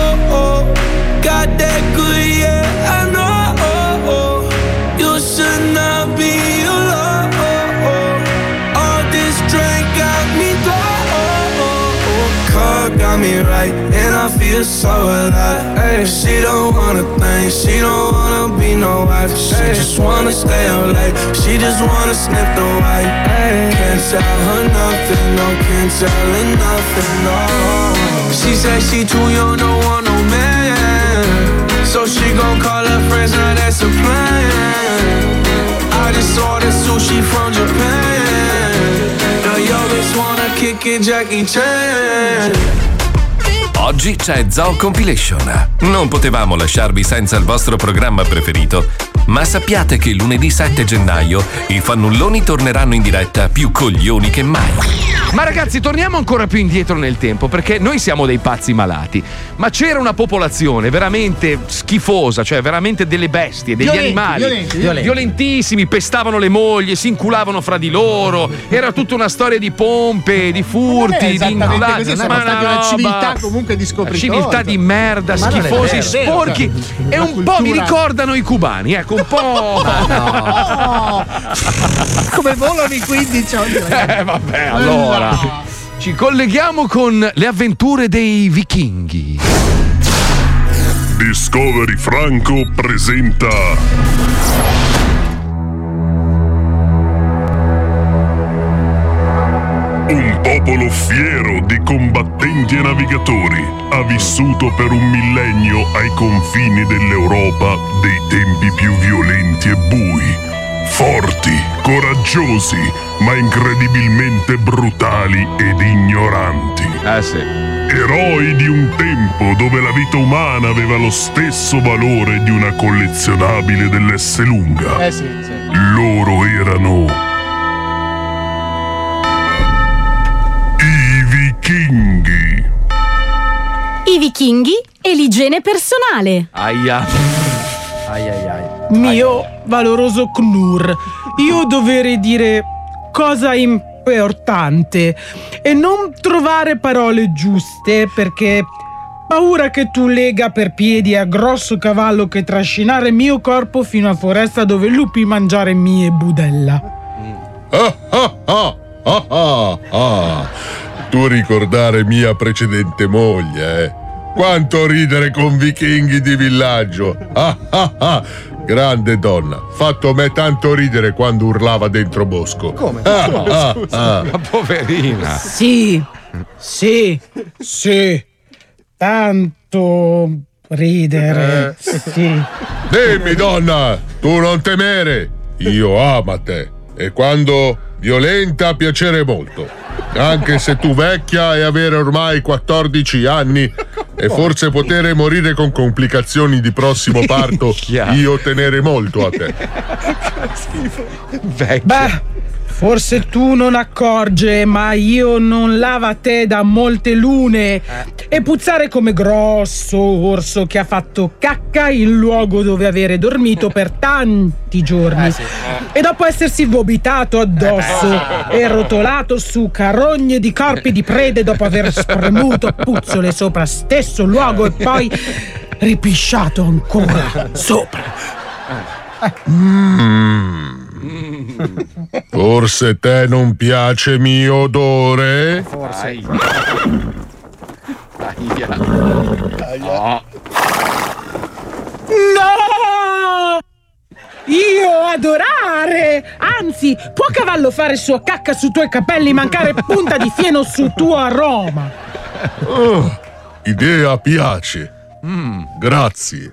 Got that good, yeah, I know. You should not be alone. All this drink got me low. Car got me right, and I feel so alive. Ay, she don't wanna think, she don't wanna be no wife. She just wanna stay up late, she just wanna sniff the white. Ay, can't tell her nothing, no, can't tell her nothing, no. She said she too young, don't want no man. So she gon' call her friends, now that's a plan. I just ordered sushi from Japan. Now yo bitch wanna kick it, Jackie Chan. Oggi c'è Zoo Compilation. Non potevamo lasciarvi senza il vostro programma preferito, ma sappiate che lunedì sette gennaio i fannulloni torneranno in diretta più coglioni che mai. Ma ragazzi, torniamo ancora più indietro nel tempo, perché noi siamo dei pazzi malati, ma c'era una popolazione veramente schifosa, cioè veramente delle bestie, degli Violenti, animali violenti, violenti. violentissimi, pestavano le mogli, si inculavano fra di loro, era tutta una storia di pompe, di furti, di esattamente inculati, così, siamo ma stati una roba- civiltà comunque di scopritori. civiltà di merda, Ma non è schifosi, vero, è vero. sporchi e Una un po' mi cultura- ricordano i cubani, ecco, un po'. Oh, come volano i quindici oggi, Eh vabbè, allora ci colleghiamo con le avventure dei vichinghi. Discovery Franco presenta un popolo fiero di combattenti e navigatori ha vissuto per un millennio ai confini dell'Europa dei tempi più violenti e bui. Forti, coraggiosi, ma incredibilmente brutali ed ignoranti. Eh sì. Eroi di un tempo dove la vita umana aveva lo stesso valore di una collezionabile dell'Esselunga. Eh sì, sì. Loro erano i vichinghi. I vichinghi e l'igiene personale. Aia. Ai ai ai. Mio valoroso Knur, io dovrei dire cosa importante e non trovare parole giuste perché paura che tu lega per piedi a grosso cavallo che trascinare mio corpo fino a foresta dove lupi mangiare mie budella. Ah ah ah ah ah ah. Tu ricordare mia precedente moglie, eh? Quanto ridere con vichinghi di villaggio! Ah ah ah! Grande donna, fatto me tanto ridere quando urlava dentro bosco. Come? Ah, ah, ah. Ma poverina. Sì, sì, sì, tanto ridere, sì. Dimmi donna, tu non temere, io amo te e quando violenta piacere molto. Anche se tu vecchia e avere ormai quattordici anni e forse poter morire con complicazioni di prossimo parto, io tenere molto a te. Beh, forse tu non accorge, ma io non lava te da molte lune. E puzzare come grosso orso che ha fatto cacca in luogo dove avere dormito per tanti giorni. E dopo essersi vomitato addosso e rotolato su carogne di corpi di prede dopo aver spremuto puzzole sopra stesso luogo e poi ripisciato ancora sopra. Mm. Forse te non piace mio odore? Forse. No! Io adorare! Anzi, può cavallo fare sua cacca su tuoi capelli, mancare punta di fieno su tuo aroma. Oh, idea piace. Mm, grazie.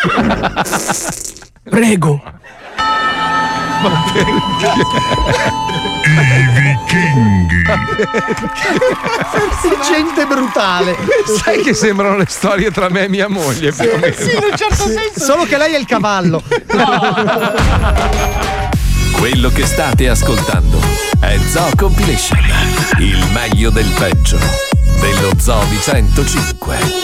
Prego. Ma I vichinghi. Gente brutale. Sai che sembrano le storie tra me e mia moglie, più o meno. Sì, in un certo senso. Solo che lei è il cavallo. Quello che state ascoltando è Zoo Compilation, il meglio del peggio dello Zoo di centocinque.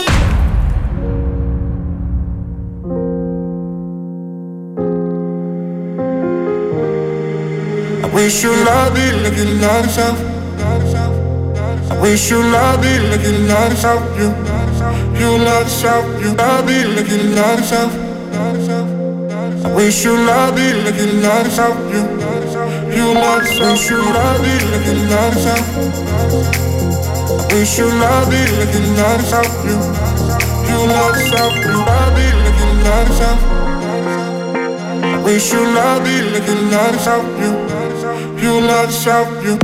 I wish you love it like you love yourself. I wish you love it like you love yourself. You, you love yourself. You love it like you love yourself. I wish you love it like you love yourself. You, you love yourself. Wish you love it like you love yourself. I wish you love it like you love yourself. You, you love yourself. You love it like you love yourself. I wish you love it like you love yourself. You. You love yourself, you.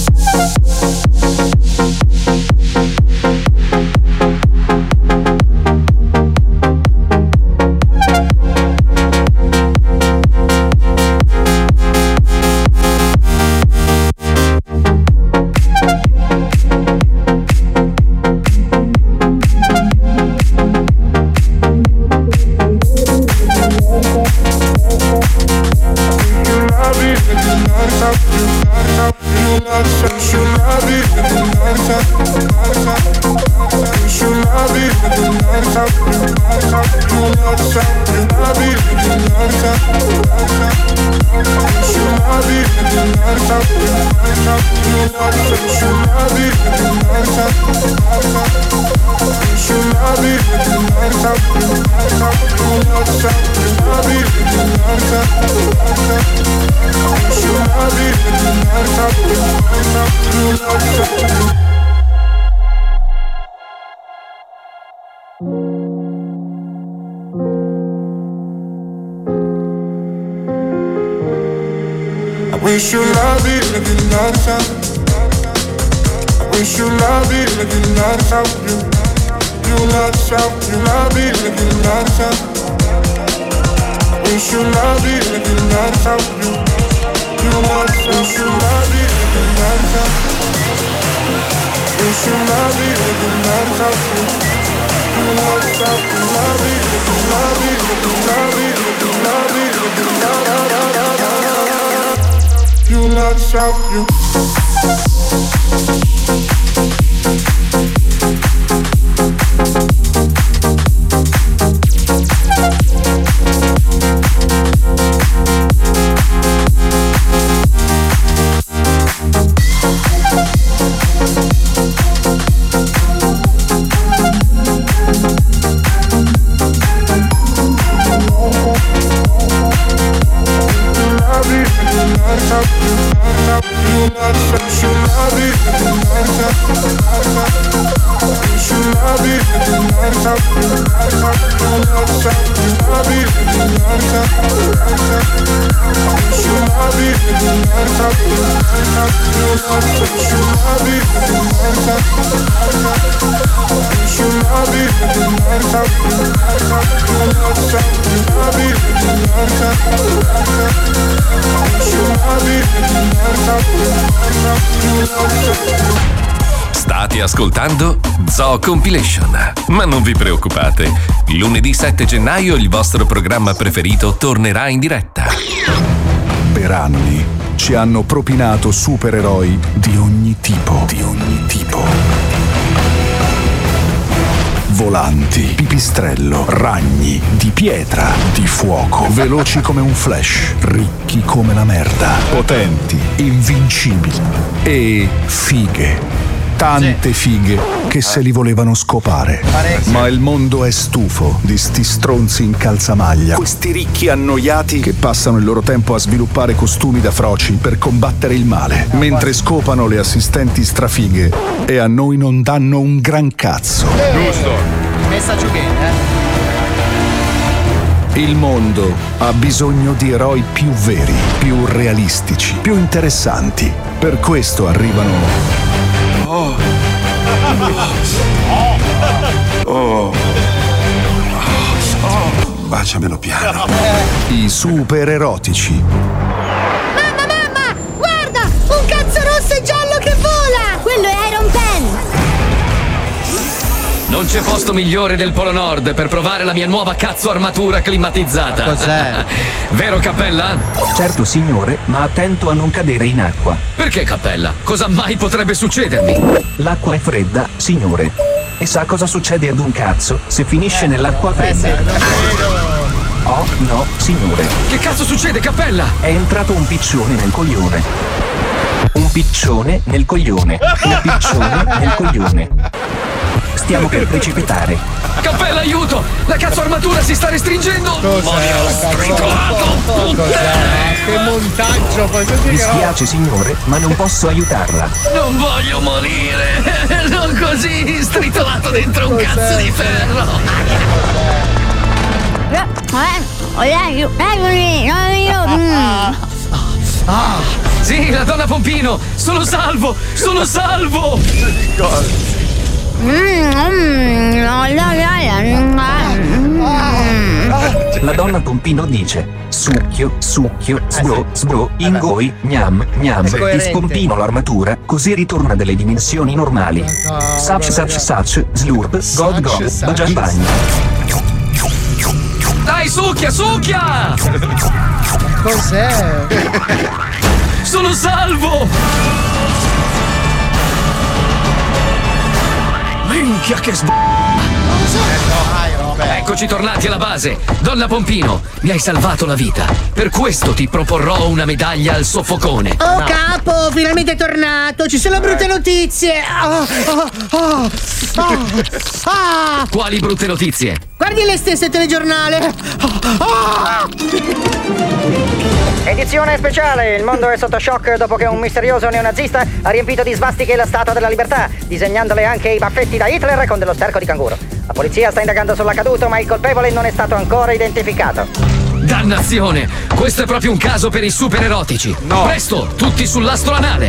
Wish you love it like you love yourself. I wish you love it like you love yourself. You, you love yourself. You love it like you love yourself. I wish you love it like you love yourself. You, you love yourself. Wish you love it like you love yourself. Wish you love it like you love yourself. You, you love yourself. You love it like you love it like you love it like you love it like you love it. You love yourself, you. You State ascoltando Zoo Compilation. Ma non vi preoccupate, lunedì sette gennaio il vostro programma preferito tornerà in diretta. Per anni ci hanno propinato supereroi di ogni tipo, di ogni tipo. Volanti, pipistrello, ragni, di pietra, di fuoco, veloci come un flash, ricchi come la merda, potenti, invincibili e fighe. Tante fighe che se li volevano scopare. Ma il mondo è stufo di sti stronzi in calzamaglia, questi ricchi annoiati che passano il loro tempo a sviluppare costumi da froci per combattere il male, mentre scopano le assistenti strafighe e a noi non danno un gran cazzo. Giusto. Messaggio bene, eh. Il mondo ha bisogno di eroi più veri, più realistici, più interessanti. Per questo arrivano... Oh. Oh. Oh. Baciamelo piano. I super erotici. Mamma, mamma! Guarda! Un cazzo rosso e giallo che vola! Quello è Iron Pen! Non c'è posto migliore del Polo Nord per provare la mia nuova cazzo armatura climatizzata. Cos'è? Vero, Cappella? Certo, signore, ma attento a non cadere in acqua. Perché, Cappella? Cosa mai potrebbe succedermi? L'acqua è fredda, signore. E sa cosa succede ad un cazzo se finisce nell'acqua fredda? Oh, no, signore. Che cazzo succede, Cappella? È entrato un piccione nel coglione. Un piccione nel coglione. Un piccione nel coglione. Stiamo per precipitare. Cappella, aiuto! La cazzo armatura si sta restringendo! Cos'è la cazzo? Che montaggio! Poi Mi spiace, signore, ma non posso aiutarla. Non voglio morire! Non così, stritolato dentro un cazzo di ferro! Ah, sì, la donna Pompino! Sono salvo! Sono salvo! La donna Pompino dice: succhio, succhio, sbro, sbro, ingoi, gnam, gnam. Ti spompino l'armatura, così ritorna delle dimensioni normali. Such, such, such, slurp, god, god, bagian bagno. Dai, succhia, succhia! Cos'è? Sono salvo! Minchia che sb... Eccoci tornati alla base. Donna Pompino, mi hai salvato la vita. Per questo ti proporrò una medaglia al soffocone. Oh, capo, finalmente è tornato. Ci sono brutte notizie. Oh, oh, oh, oh, oh. Quali brutte notizie? Guardi le stesse telegiornale. Oh, oh. Edizione speciale, il mondo è sotto shock dopo che un misterioso neonazista ha riempito di svastiche la Statua della Libertà, disegnandole anche i baffetti da Hitler con dello sterco di canguro. La polizia sta indagando sull'accaduto, ma il colpevole non è stato ancora identificato. Dannazione! Questo è proprio un caso per i super erotici. No. Presto, tutti sull'astro anale.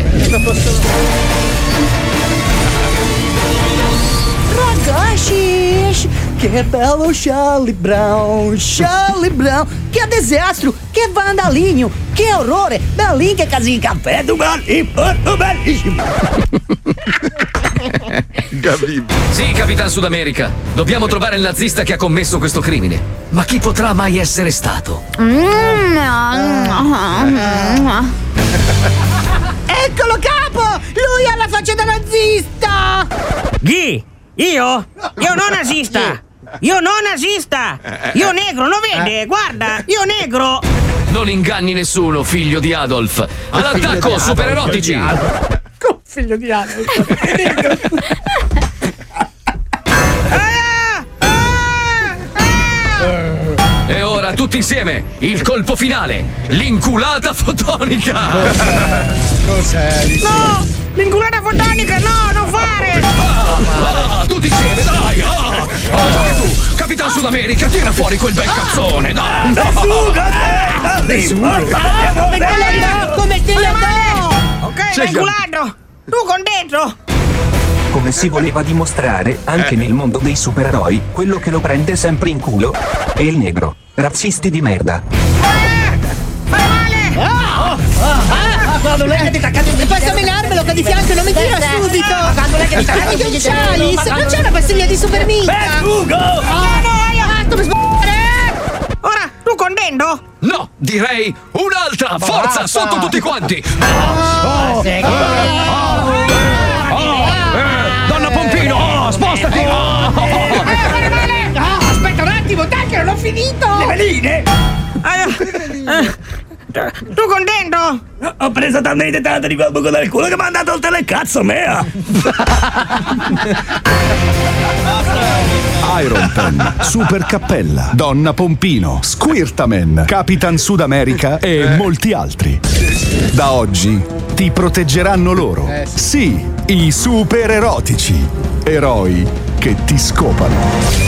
Ragazzi, che bello Charlie Brown, Charlie Brown, che disastro, che vandalinho, che orrore, Berlim che casinho caffè do Berlim, do bellissimo. Sì, Capitan Sud America, dobbiamo trovare il nazista che ha commesso questo crimine. Ma chi potrà mai essere stato? Eccolo, capo! Lui ha la faccia da nazista! Ghi, io? Io non nazista! Io non nazista! Io negro, lo vede? Guarda, io negro! Non inganni nessuno, figlio di Adolf! All'attacco, super erotici! Figlio di Adolf! E ora tutti insieme, il colpo finale, l'inculata fotonica! Cos'è? No! L'inculata fotonica, no, non fare! Ah, ah, tutti insieme, dai! Ah, ah, tu, Capitan Sud America, tira fuori quel bel cazzone, dai! Come te la do? Ok, vai inculato! Tu con dentro! Come si voleva dimostrare, anche nel mondo dei supereroi, quello che lo prende sempre in culo è il negro. Razzisti di merda. Fai male! quando lei che ti tacca di e passa a menarmelo che di fianco non mi tira subito. Ma quando lei che ti tacca di ghiacciali, se non c'è una pastiglia di super minchia. Beh, Ugo! Ah, tu mi sbagliare. Ora, tu contento? No, direi un'altra! Ma Forza, basta. sotto tutti quanti! Oh, sì, Donna Pompino, oh, spostati! Oh. Ah, aspetta un attimo, dai che non ho finito. Le veline! Tu contento? Ho preso talmente tante di quel buco dal culo che mi ha dato il telecazzo mea! Iron Pen, Super Cappella, Donna Pompino, Squirtaman, Capitan Sud America e molti altri. Da oggi ti proteggeranno loro. Sì, i super erotici. Eroi che ti scopano.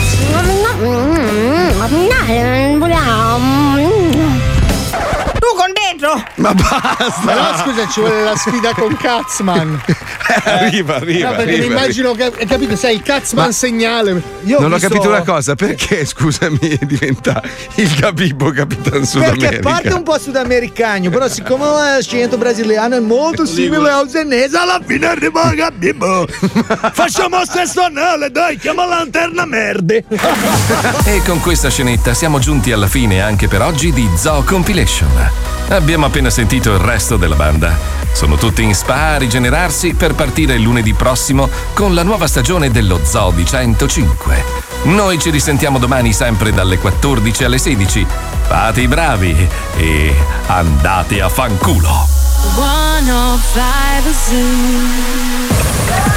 Tu contento? Ma basta! Ma no, scusa, ci vuole la sfida con Katzman. Arriva, arriva. No, perché arriva, mi immagino che, hai capito, sei il Katzman Ma- segnale. Io non ho capito una cosa, perché scusami diventa il Gabibbo Capitan Sud Perché America? parte un po' sudamericano, però siccome l'accento brasiliano è molto simile al senese, alla fine arriva il Gabibbo. Facciamo stesso anale, dai, chiama la lanterna merde. E con questa scenetta siamo giunti alla fine anche per oggi di Zoo Compilation. Abbiamo appena sentito il resto della banda. Sono tutti in spa a rigenerarsi per partire il lunedì prossimo con la nuova stagione dello Zoo di centocinque. Noi ci risentiamo domani sempre dalle quattordici alle sedici. Fate i bravi e andate a fanculo. one oh five Zoo.